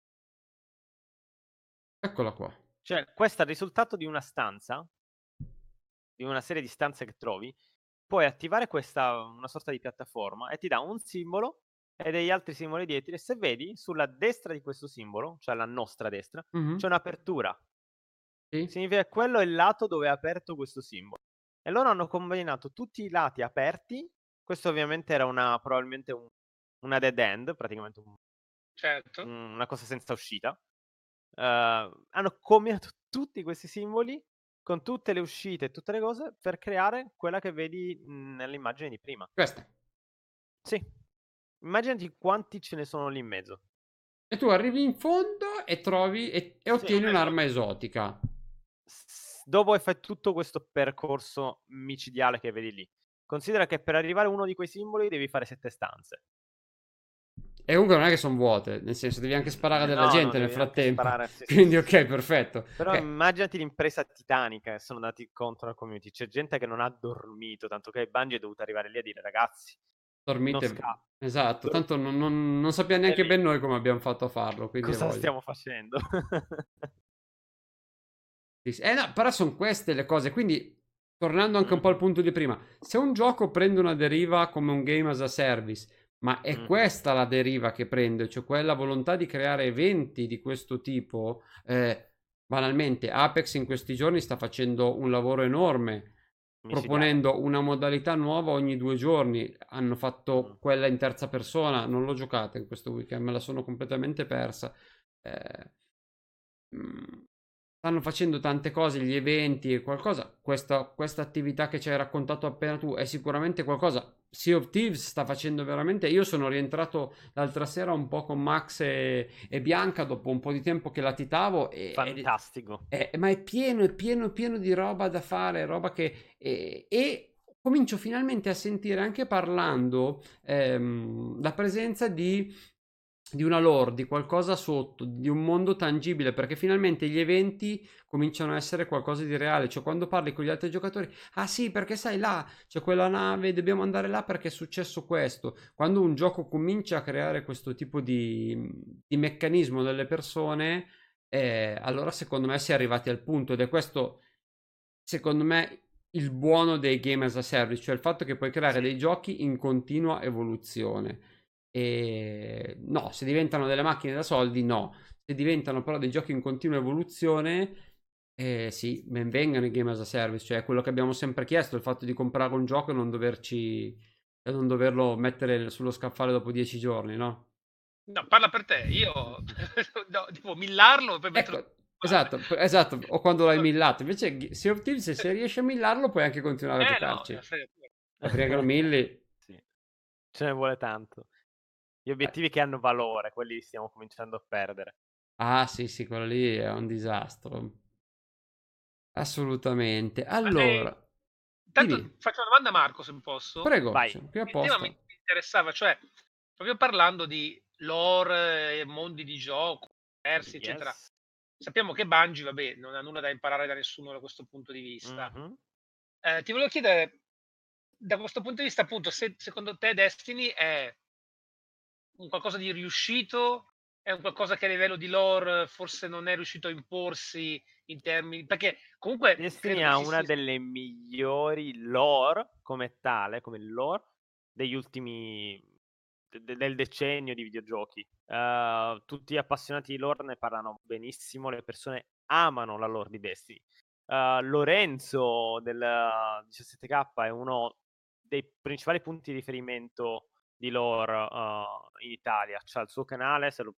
Eccola qua. Cioè, questo è il risultato di una stanza, di una serie di stanze che trovi. Puoi attivare una sorta di piattaforma e ti dà un simbolo e degli altri simboli dietro. E se vedi, sulla destra di questo simbolo, cioè la nostra destra, c'è un'apertura. Sì. Significa che quello è il lato dove è aperto questo simbolo. E loro hanno combinato tutti i lati aperti. Questo ovviamente era probabilmente una dead end, praticamente Certo. una cosa senza uscita. Hanno combinato tutti questi simboli con tutte le uscite e tutte le cose per creare quella che vedi nell'immagine di prima. Questa. Sì. Immaginati quanti ce ne sono lì in mezzo. E tu arrivi in fondo e trovi e ottieni un'arma esotica. Dopo che fai tutto questo percorso micidiale che vedi lì, considera che per arrivare a uno di quei simboli devi fare 7 stanze. E comunque non è che sono vuote, nel senso devi anche sparare della gente nel frattempo. Quindi ok, perfetto. Però immaginati l'impresa titanica che sono andati contro la community. C'è gente che non ha dormito, tanto che Bungie è dovuta arrivare lì a dire ragazzi, dormite. Esatto, tanto non sappiamo neanche ben noi come abbiamo fatto a farlo. Quindi cosa stiamo facendo? No, però sono queste le cose, quindi tornando anche un po' al punto di prima, se un gioco prende una deriva come un game as a service, ma è questa la deriva che prende, cioè quella volontà di creare eventi di questo tipo, banalmente Apex in questi giorni sta facendo un lavoro enorme, proponendo una modalità nuova ogni 2 giorni. Hanno fatto quella in terza persona, non l'ho giocata in questo weekend, me la sono completamente persa. Stanno facendo tante cose, gli eventi e qualcosa. Questa attività che ci hai raccontato appena tu è sicuramente qualcosa. Sea of Thieves sta facendo veramente. Io sono rientrato l'altra sera un po' con Max e Bianca dopo un po' di tempo che latitavo. Fantastico. Ma è pieno di roba da fare, roba che. E comincio finalmente a sentire, anche parlando, la presenza di una lore, di qualcosa sotto, di un mondo tangibile, perché finalmente gli eventi cominciano a essere qualcosa di reale. Cioè quando parli con gli altri giocatori, ah sì, perché sai là c'è quella nave, dobbiamo andare là perché è successo questo. Quando un gioco comincia a creare questo tipo di meccanismo nelle persone, allora secondo me si è arrivati al punto, ed è questo secondo me il buono dei game as a service, cioè il fatto che puoi creare dei giochi in continua evoluzione. E no, se diventano delle macchine da soldi, no. Se diventano però dei giochi in continua evoluzione, sì, ben vengano i game as a service, cioè quello che abbiamo sempre chiesto, il fatto di comprare un gioco e non doverlo mettere sullo scaffale dopo 10 giorni, no? No, parla per te, io devo millarlo e poi metterlo. Esatto, o quando l'hai millato. Invece Sea of Thieves, se riesci a millarlo puoi anche continuare a giocarci. Ma prima che lo milli... Sì. Ce ne vuole tanto. Gli obiettivi che hanno valore, quelli stiamo cominciando a perdere. Ah sì, quello lì è un disastro. Assolutamente. Allora, tanto faccio una domanda a Marco, se posso. Prego, vai. qui Il tema mi interessava, cioè proprio parlando di lore e mondi di gioco, diversi, eccetera. Yes. Sappiamo che Bungie, vabbè, non ha nulla da imparare da nessuno da questo punto di vista. Mhm. Ti volevo chiedere, da questo punto di vista, appunto, se secondo te Destiny è un qualcosa di riuscito, è un qualcosa che a livello di lore forse non è riuscito a imporsi in termini, perché comunque Destiny credo che ha ci una sia... delle migliori lore come tale, come lore degli ultimi del decennio di videogiochi. Tutti gli appassionati di lore ne parlano benissimo, le persone amano la lore di Destiny. Lorenzo del 17K è uno dei principali punti di riferimento di lore in Italia. C'ha il suo canale, se lo,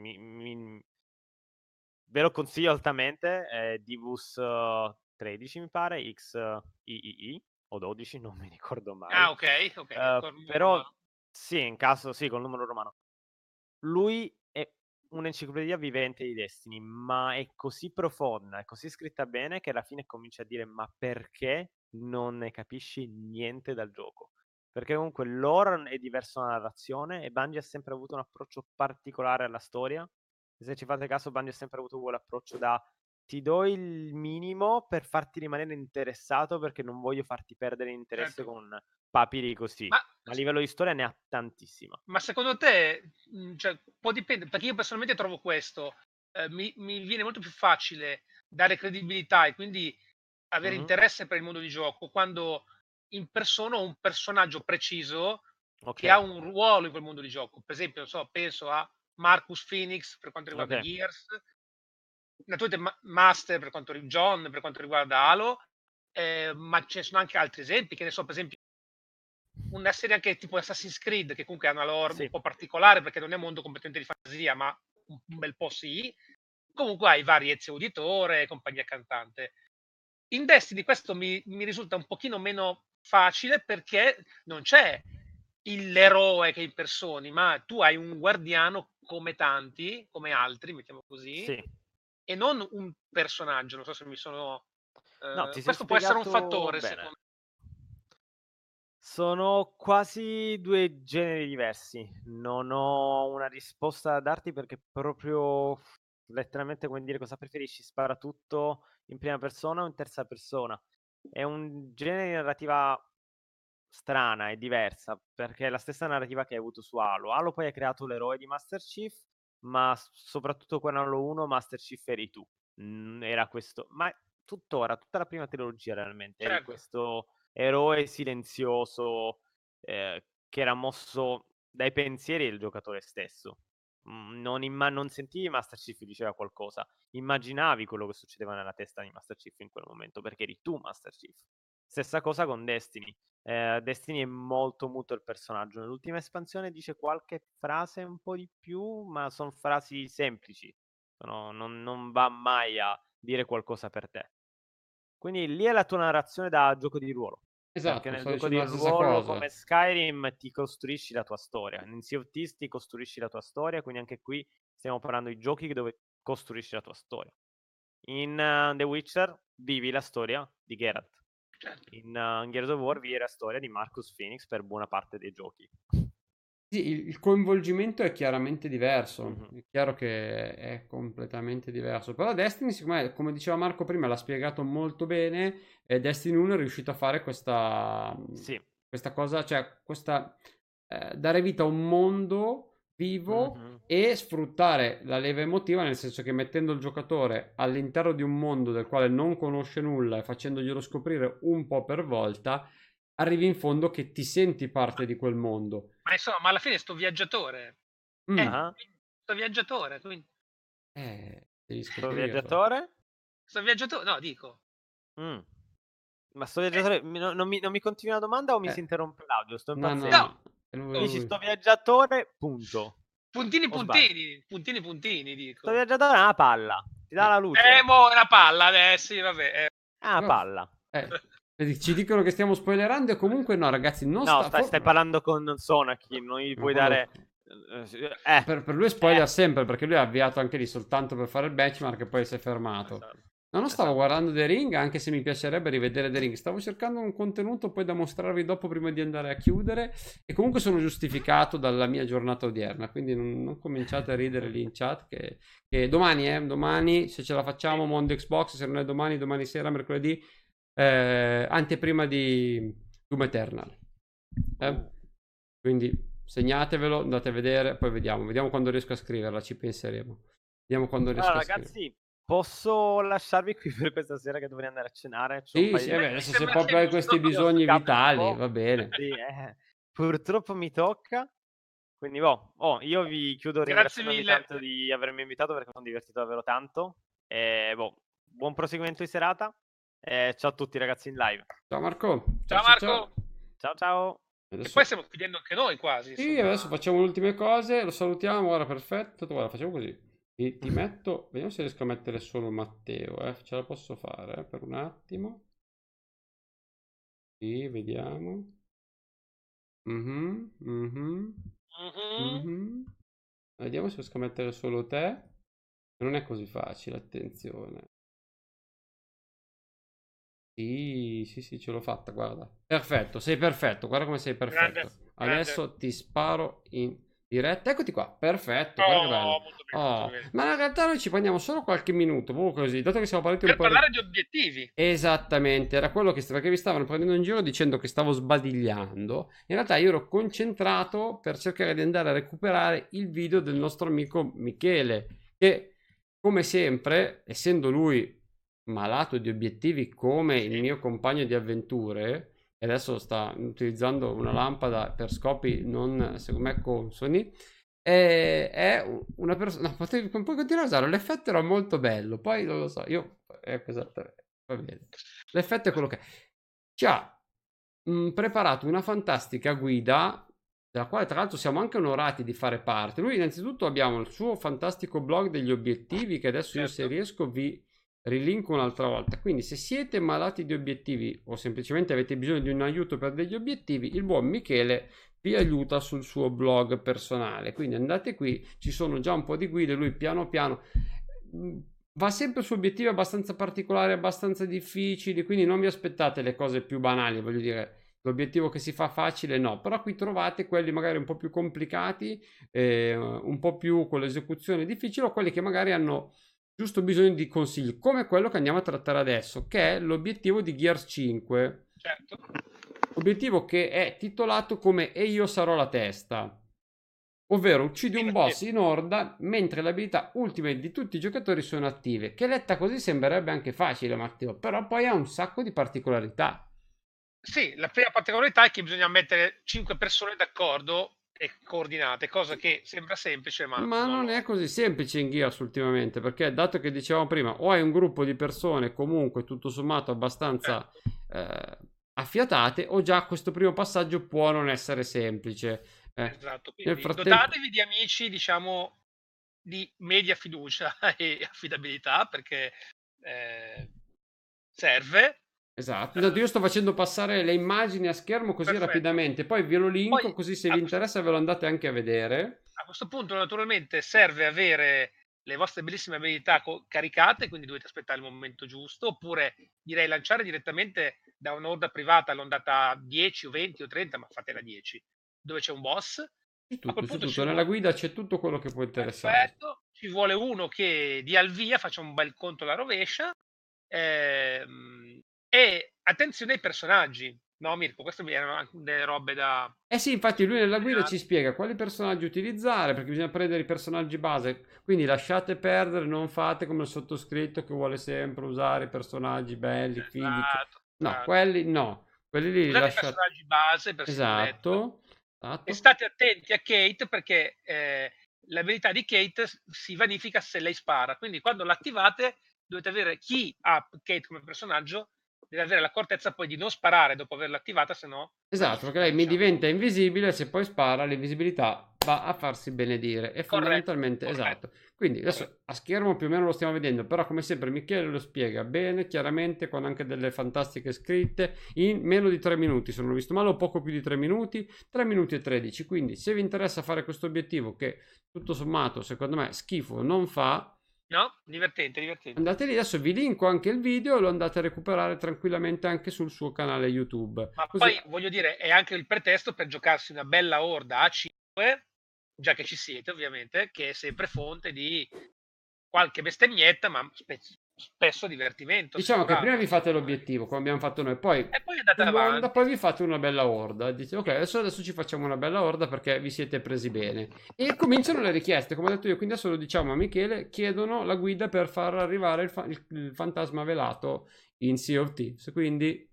ve lo consiglio altamente, è Divus 13 mi pare, XIII o 12, non mi ricordo mai. Ah, ok, col numero Però romano. sì, in caso sì, col numero romano. Lui è un'enciclopedia vivente di Destiny, ma è così profonda, è così scritta bene che alla fine cominci a dire ma perché non ne capisci niente dal gioco? Perché comunque l'horror è diverso dalla narrazione e Bungie ha sempre avuto un approccio particolare alla storia. Se ci fate caso, Bungie ha sempre avuto quell'approccio da ti do il minimo per farti rimanere interessato perché non voglio farti perdere interesse Certo. con papiri così. Ma Ma a livello di storia ne ha tantissima. Ma secondo te, cioè, può dipendere, perché io personalmente trovo questo, mi viene molto più facile dare credibilità e quindi avere Mhm. interesse per il mondo di gioco quando in persona ho un personaggio preciso Ok, che ha un ruolo in quel mondo di gioco. Per esempio, non so, penso a Marcus Phoenix per quanto riguarda ok. Gears, naturalmente Master per quanto riguarda John, per quanto riguarda Halo, ma ce ne sono anche altri esempi, che ne so, per esempio una serie anche tipo Assassin's Creed, che comunque ha una lore un Sì. po' particolare perché non è un mondo completamente di fantasia, ma un bel po' sì. Comunque hai vari Ezio Auditore e compagnia cantante. In Destiny questo mi risulta un pochino meno facile perché non c'è l'eroe che impersoni, ma tu hai un guardiano come tanti, come altri, mettiamo così, Sì. e non un personaggio. Non so se mi sono... No, ti sei questo può essere un spiegato fattore, bene. secondo Sono quasi due generi diversi. Non ho una risposta da darti perché proprio letteralmente come dire cosa preferisci, spara tutto in prima persona o in terza persona. È un genere di narrativa strana e diversa perché è la stessa narrativa che hai avuto su Halo. Halo poi ha creato l'eroe di Master Chief, ma soprattutto con Halo 1 Master Chief eri tu. Era questo, ma tuttora, tutta la prima trilogia realmente, eri Certo. questo eroe silenzioso che era mosso dai pensieri del giocatore stesso. Non sentivi Master Chief diceva qualcosa, immaginavi quello che succedeva nella testa di Master Chief in quel momento perché eri tu Master Chief. Stessa cosa con Destiny. Destiny è molto muto il personaggio. Nell'ultima espansione dice qualche frase un po' di più, ma sono frasi semplici. Non va mai a dire qualcosa per te. Quindi lì è la tua narrazione da gioco di ruolo. Perché Esatto, nel sto gioco dicendo di la stessa ruolo cosa. come Skyrim ti costruisci la tua storia. In Sea of Thieves ti costruisci la tua storia, quindi anche qui stiamo parlando di giochi dove costruisci la tua storia. In The Witcher vivi la storia di Geralt. Certo. In Gears of War vivi la storia di Marcus Phoenix per buona parte dei giochi. Sì, il coinvolgimento è chiaramente diverso, Mhm. è chiaro che è completamente diverso, però Destiny, secondo me, come diceva Marco prima, l'ha spiegato molto bene e Destiny 1 è riuscito a fare Sì. questa cosa, cioè dare vita a un mondo vivo Mhm. e sfruttare la leva emotiva, nel senso che mettendo il giocatore all'interno di un mondo del quale non conosce nulla e facendoglielo scoprire un po' per volta, arrivi in fondo che ti senti parte di quel mondo. Ma insomma, ma alla fine sto viaggiatore. Mm. Ah, Sto viaggiatore, quindi Devi sto scoprirlo. viaggiatore? sto viaggiatore, no, dico. Mm. Ma sto Eh, viaggiatore non mi continui la domanda o mi si Eh, interrompe l'audio? Sto no, no, impazzendo. no, è Mi dici oh, lui. sto viaggiatore, punto. puntini O sbaglio? puntini, puntini puntini, Sto dico. viaggiatore è una palla. Ti dà la luce. Mo' una palla adesso, sì, vabbè. È una Oh, palla. vedi, ci dicono che stiamo spoilerando e comunque no, ragazzi, non No, sta... stai parlando con Sonaki, non gli No, puoi dare... per lui è spoiler sempre, perché lui ha avviato anche lì soltanto per fare il benchmark e poi si è fermato. Esatto. No, non stavo Esatto. guardando The Ring, anche se mi piacerebbe rivedere The Ring. Stavo cercando un contenuto poi da mostrarvi dopo prima di andare a chiudere. E comunque sono giustificato dalla mia giornata odierna. Quindi non cominciate a ridere lì in chat. Che domani, se ce la facciamo, Mondo Xbox. Se non è domani sera, mercoledì, anteprima di Doom Eternal. Quindi segnatevelo, andate a vedere, poi vediamo quando riesco a scriverla, ci penseremo. Vediamo quando riesco a scriverla. Ragazzi, posso lasciarvi qui per questa sera che dovrei andare a cenare? C'ho un Sì, paio sì, di- adesso se sembra proprio hai giusto. questi bisogni Scappo un vitali, po'. va bene. Sì, purtroppo mi tocca. Quindi, io vi chiudo Grazie ringraziandovi mille. tanto di avermi invitato perché mi sono divertito davvero tanto. E, buon proseguimento di serata. Ciao a tutti ragazzi in live. Ciao Marco. Ciao Marco. Ciao ciao. E Adesso... poi stiamo chiudendo anche noi quasi. Sì, insomma. adesso facciamo le ultime cose, lo salutiamo, ora perfetto. Guarda, facciamo così. Ti metto, vediamo se riesco a mettere solo Matteo, ce la posso fare per un attimo. Sì, vediamo. Vediamo se riesco a mettere solo te. Non è così facile, attenzione. Sì, ce l'ho fatta, guarda. Perfetto, sei perfetto, guarda come sei perfetto. Grande. Adesso ti sparo in diretta. Eccoti qua, perfetto, guarda che bello. Molto bene, molto bene. Ma in realtà noi ci prendiamo solo qualche minuto, proprio così, dato che siamo partiti un Per po'... parlare di obiettivi. Esattamente, era quello perché mi stavano prendendo in giro dicendo che stavo sbadigliando. In realtà io ero concentrato per cercare di andare a recuperare il video del nostro amico Michele, che come sempre, essendo lui malato di obiettivi come il mio compagno di avventure, e adesso sta utilizzando una lampada per scopi non, secondo me, consoni, è una persona... No, puoi continuare a usarlo, l'effetto era molto bello, poi non lo so, esattamente, va bene. L'effetto è quello che è. Ci ha preparato una fantastica guida, della quale tra l'altro siamo anche onorati di fare parte. Lui innanzitutto abbiamo il suo fantastico blog degli obiettivi, che adesso io se riesco vi rilinko un'altra volta. Quindi se siete malati di obiettivi o semplicemente avete bisogno di un aiuto per degli obiettivi, il buon Michele vi aiuta sul suo blog personale. Quindi andate qui, ci sono già un po' di guide, lui piano piano va sempre su obiettivi abbastanza particolari, abbastanza difficili, quindi non vi aspettate le cose più banali, voglio dire, l'obiettivo che si fa facile no, però qui trovate quelli magari un po' più complicati, un po' più con l'esecuzione difficile, o quelli che magari hanno giusto bisogno di consigli, come quello che andiamo a trattare adesso, che è l'obiettivo di Gears 5. Certo. Obiettivo che è titolato come E io sarò la testa, ovvero uccidi un boss in orda mentre le abilità ultime di tutti i giocatori sono attive, che letta così sembrerebbe anche facile, Matteo, però poi ha un sacco di particolarità. Sì, la prima particolarità è che bisogna mettere 5 persone d'accordo e coordinate, cosa che sembra semplice, ma non è così semplice in Gears ultimamente, perché dato che dicevamo prima, o hai un gruppo di persone comunque tutto sommato abbastanza affiatate, o già questo primo passaggio può non essere semplice. Esatto, quindi dotatevi di amici, diciamo, di media fiducia e affidabilità, perché serve. Esatto, io sto facendo passare le immagini a schermo così rapidamente, poi ve lo linko, così se vi interessa ve lo andate anche a vedere. A questo punto naturalmente serve avere le vostre bellissime abilità caricate, quindi dovete aspettare il momento giusto, oppure direi lanciare direttamente da un'orda privata l'ondata 10 o 20 o 30, ma fatela 10, dove c'è un boss. Tutto. Nella guida c'è tutto quello che può interessare. Perfetto. Ci vuole uno che dia il via, faccia un bel conto alla rovescia, e attenzione ai personaggi. No, Mirko, queste erano anche delle robe da... sì, infatti lui nella guida ci spiega quali personaggi utilizzare, perché bisogna prendere i personaggi base, quindi lasciate perdere, non fate come il sottoscritto che vuole sempre usare personaggi belli, fighi. No, quelli no, quelli lì usate lasciate... i personaggi base per esatto. E state attenti a Kate, perché l'abilità di Kate si vanifica se lei spara, quindi quando l'attivate dovete avere, chi ha Kate come personaggio deve avere l'accortezza poi di non sparare dopo averla attivata, se no... Esatto, perché lei mi diventa invisibile, se poi spara l'invisibilità va a farsi benedire, e fondamentalmente esatto. Quindi adesso a schermo più o meno lo stiamo vedendo, però come sempre Michele lo spiega bene, chiaramente, con anche delle fantastiche scritte, in meno di 3 minuti, se non ho visto male, o poco più di 3 minuti, 3 minuti e 13, quindi se vi interessa fare questo obiettivo che tutto sommato secondo me schifo non fa, No? Divertente. Andate lì, adesso vi linko anche il video e lo andate a recuperare tranquillamente anche sul suo canale YouTube. Ma Così, poi voglio dire, è anche il pretesto per giocarsi una bella Horda A5, già che ci siete ovviamente, che è sempre fonte di qualche bestemmietta, ma spesso divertimento. diciamo che prima vi assicurato. fate l'obiettivo, come abbiamo fatto noi, poi E poi andate sull'Horda, poi avanti. vi fate una bella Horda. Dite, ok, adesso ci facciamo una bella Horda perché vi siete presi bene. E cominciano le richieste, come ho detto io, quindi adesso lo diciamo a Michele, chiedono la guida per far arrivare il fantasma velato in Sea of Thieves. Quindi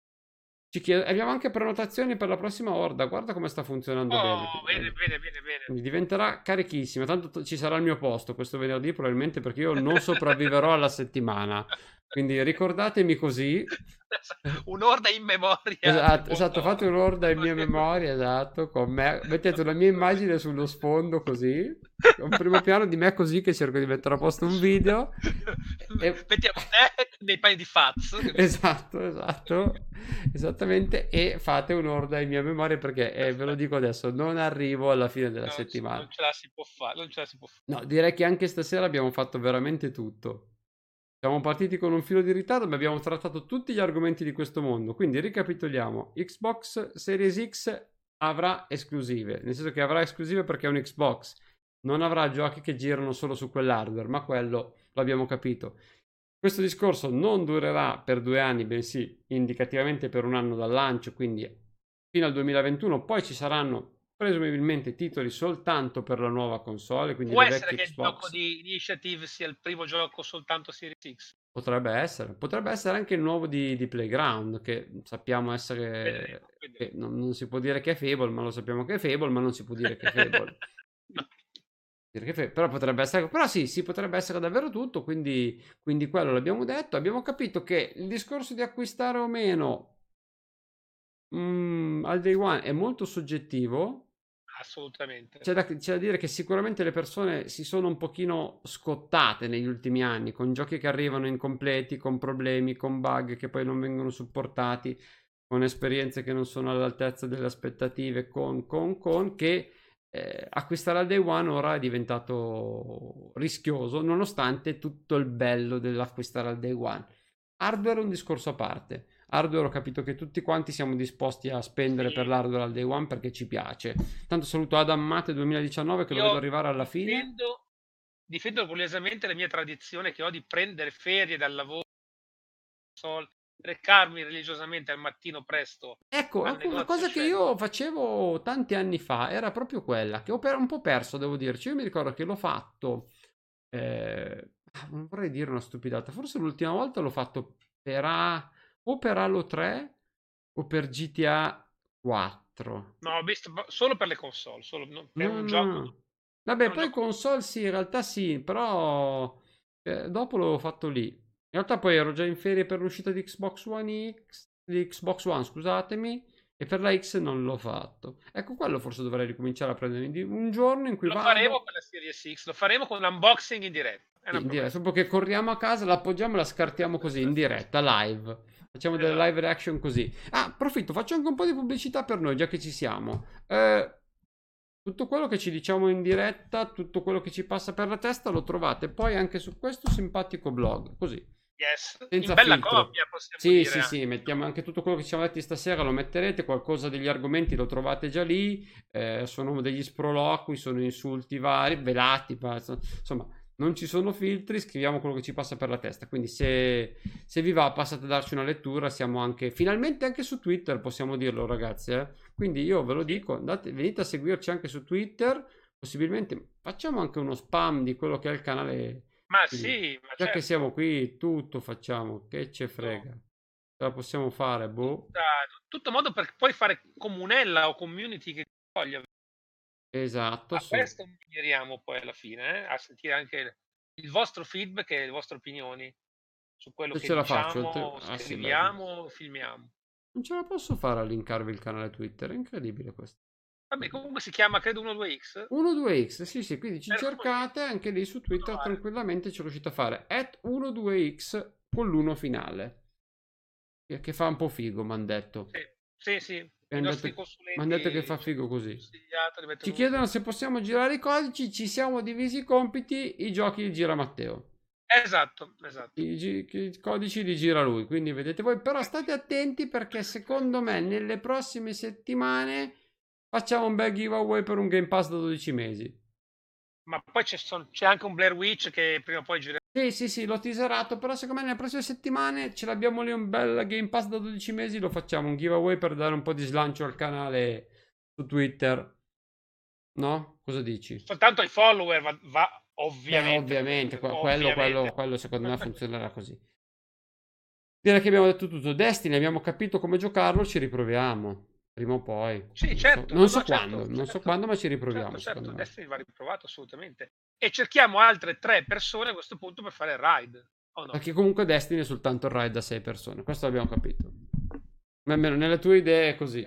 abbiamo anche prenotazioni per la prossima Horda, guarda come sta funzionando bene. Oh, bene. Quindi diventerà carichissima, tanto ci sarà il mio posto questo venerdì probabilmente perché io non sopravviverò alla settimana. Quindi ricordatemi così. Un'orda in memoria. Esatto, fate un'orda in mia memoria, esatto, con me. Mettete una mia immagine sullo sfondo così, un primo piano di me così che cerco di mettere a posto un video. Mettiamo te nei panni di Faz. Esatto, esattamente, e fate un'orda in mia memoria perché, ve lo dico adesso, non arrivo alla fine della settimana. Non ce la si può fare. No, direi che anche stasera abbiamo fatto veramente tutto. Siamo partiti con un filo di ritardo, ma abbiamo trattato tutti gli argomenti di questo mondo. Quindi ricapitoliamo: Xbox Series X avrà esclusive, nel senso che avrà esclusive perché è un Xbox, non avrà giochi che girano solo su quell'hardware, ma quello l'abbiamo capito. Questo discorso non durerà per 2 anni, bensì indicativamente per un anno dal lancio, quindi fino al 2021. Poi ci saranno presumibilmente titoli soltanto per la nuova console, quindi Può le essere vecchie che il gioco Xbox. di Initiative sia il primo gioco soltanto Series X. Potrebbe essere anche il nuovo di Playground, che sappiamo essere, Vedremo. che non si può dire che è Fable, ma lo sappiamo che è Fable, ma non si può dire che è Fable. No. Però potrebbe essere, però sì, potrebbe essere davvero tutto, quindi quello l'abbiamo detto. Abbiamo capito che il discorso di acquistare o meno al day one è molto soggettivo. Assolutamente. C'è da dire che sicuramente le persone si sono un pochino scottate negli ultimi anni con giochi che arrivano incompleti, con problemi, con bug che poi non vengono supportati, con esperienze che non sono all'altezza delle aspettative, che acquistare al day one ora è diventato rischioso, nonostante tutto il bello dell'acquistare al day one. Hardware è un discorso a parte. Hardware ho capito che tutti quanti siamo disposti a spendere per l'hardware al day one perché ci piace. Tanto saluto Adam Mate 2019 che lo vedo arrivare alla fine. Difendo orgogliosamente la mia tradizione che ho di prendere ferie dal lavoro, recarmi religiosamente al mattino presto. Ecco, una cosa che io facevo tanti anni fa era proprio quella, che ho un po' perso, devo dirci. Io mi ricordo che l'ho fatto, non vorrei dire una stupidata, forse l'ultima volta l'ho fatto o per Halo 3 o per GTA 4. No, ho visto solo per le console, per un gioco. No. Vabbè, poi console sì, in realtà sì, però dopo l'ho fatto lì. In realtà poi ero già in ferie per l'uscita di Xbox One X, di Xbox One, scusatemi, e per la X non l'ho fatto. Ecco, quello forse dovrei ricominciare a prendermi un giorno in cui Lo vado. faremo per la Series X, lo faremo con un unboxing in diretta. In diretta, dopo che corriamo a casa, la appoggiamo e la scartiamo così, in diretta, live. Facciamo delle live reaction così. Ah, approfitto, faccio anche un po' di pubblicità per noi, già che ci siamo. Tutto quello che ci diciamo in diretta, tutto quello che ci passa per la testa lo trovate poi anche su questo simpatico blog, così. Yes. Senza in bella filtro. copia possiamo dire. Sì, mettiamo anche tutto quello che ci siamo detti stasera, lo metterete, qualcosa degli argomenti lo trovate già lì, sono degli sproloqui, sono insulti vari, velati, insomma, non ci sono filtri, scriviamo quello che ci passa per la testa, quindi se vi va passate a darci una lettura, siamo anche, finalmente anche su Twitter, possiamo dirlo ragazzi, quindi io ve lo dico, venite a seguirci anche su Twitter, possibilmente facciamo anche uno spam di quello che è il canale. Ma Quindi, sì, ma già certo. che siamo qui, tutto facciamo, che ce frega. Ce la possiamo fare, boh. Tutto modo per poi fare comunella o community che voglia. Esatto, A questo miriamo poi alla fine, a sentire anche il vostro feedback e le vostre opinioni su quello se che ce la diciamo, faccio. scriviamo, filmiamo. Non ce la posso fare a linkarvi il canale Twitter, è incredibile questo. Vabbè, comunque si chiama credo 12X. 12X, sì, quindi ci cercate anche lì su Twitter tranquillamente, ci riuscite a fare @12X con l'1 finale. Che fa un po' figo, mi hanno detto. Sì. i nostri Mi consulenti hanno detto che fa figo così. consigliato di mettere Ci un- chiedono se possiamo girare i codici, ci siamo divisi i compiti, i giochi li gira Matteo. Esatto. I codici li gira lui, quindi vedete voi, però state attenti perché secondo me nelle prossime settimane facciamo un bel giveaway per un Game Pass da 12 mesi. Ma poi c'è anche un Blair Witch che prima o poi girerà. Sì, l'ho teaserato, però secondo me nelle prossime settimane ce l'abbiamo lì un bel Game Pass da 12 mesi, lo facciamo un giveaway per dare un po' di slancio al canale su Twitter. No? Cosa dici? Soltanto ai follower va ovviamente. Ovviamente, Ovviamente. quello secondo me funzionerà così. Direi che abbiamo detto tutto. Destiny, abbiamo capito come giocarlo, ci riproviamo. Prima o poi. Sì, certo. Non so no, certo, quando, non so certo. quando, ma ci riproviamo, Certo, secondo me. Destiny va riprovato assolutamente. E cerchiamo altre 3 persone a questo punto per fare il raid. O no? Perché comunque Destiny è soltanto il raid da 6 persone. Questo l'abbiamo capito. Ma almeno nelle tue idee è così.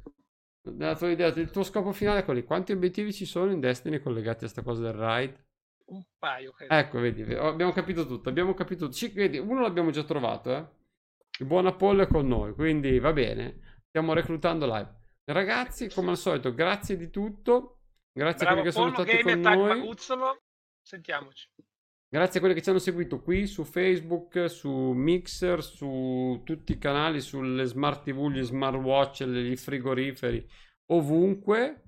Nella tua idea, il tuo scopo finale è quello lì. Quanti obiettivi ci sono in Destiny collegati a questa cosa del raid? Un paio, credo. Ecco, vedi, abbiamo capito tutto. Vedi, uno l'abbiamo già trovato, Il buon Apollo è con noi, quindi va bene. Stiamo reclutando live. Ragazzi, come al solito, grazie di tutto. Grazie a quelli che sono stati con noi. Maguzzolo. Sentiamoci. Grazie a quelli che ci hanno seguito qui su Facebook, su Mixer, su tutti i canali, sulle smart TV, gli smartwatch, i frigoriferi, ovunque.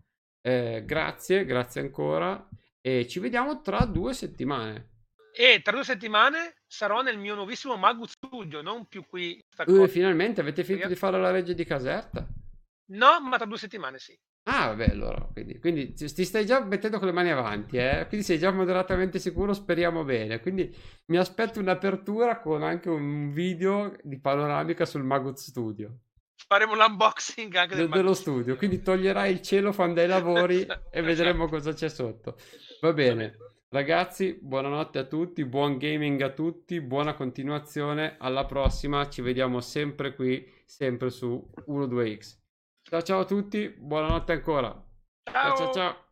Grazie ancora. E ci vediamo tra 2 settimane. E tra 2 settimane sarò nel mio nuovissimo Magu Studio, non più qui. Finalmente avete finito di fare la regia di Caserta? No, ma tra 2 settimane sì. Ah, vabbè, allora, quindi ti stai già mettendo con le mani avanti, quindi sei già moderatamente sicuro, speriamo bene. Quindi mi aspetto un'apertura con anche un video di panoramica sul Magut Studio. Faremo l'unboxing anche dello studio, quindi toglierai il cielo fan dei lavori e vedremo cosa c'è sotto. Va bene, ragazzi, buonanotte a tutti, buon gaming a tutti, buona continuazione, alla prossima, ci vediamo sempre qui, sempre su 12X. Ciao a tutti, buonanotte ancora. Ciao.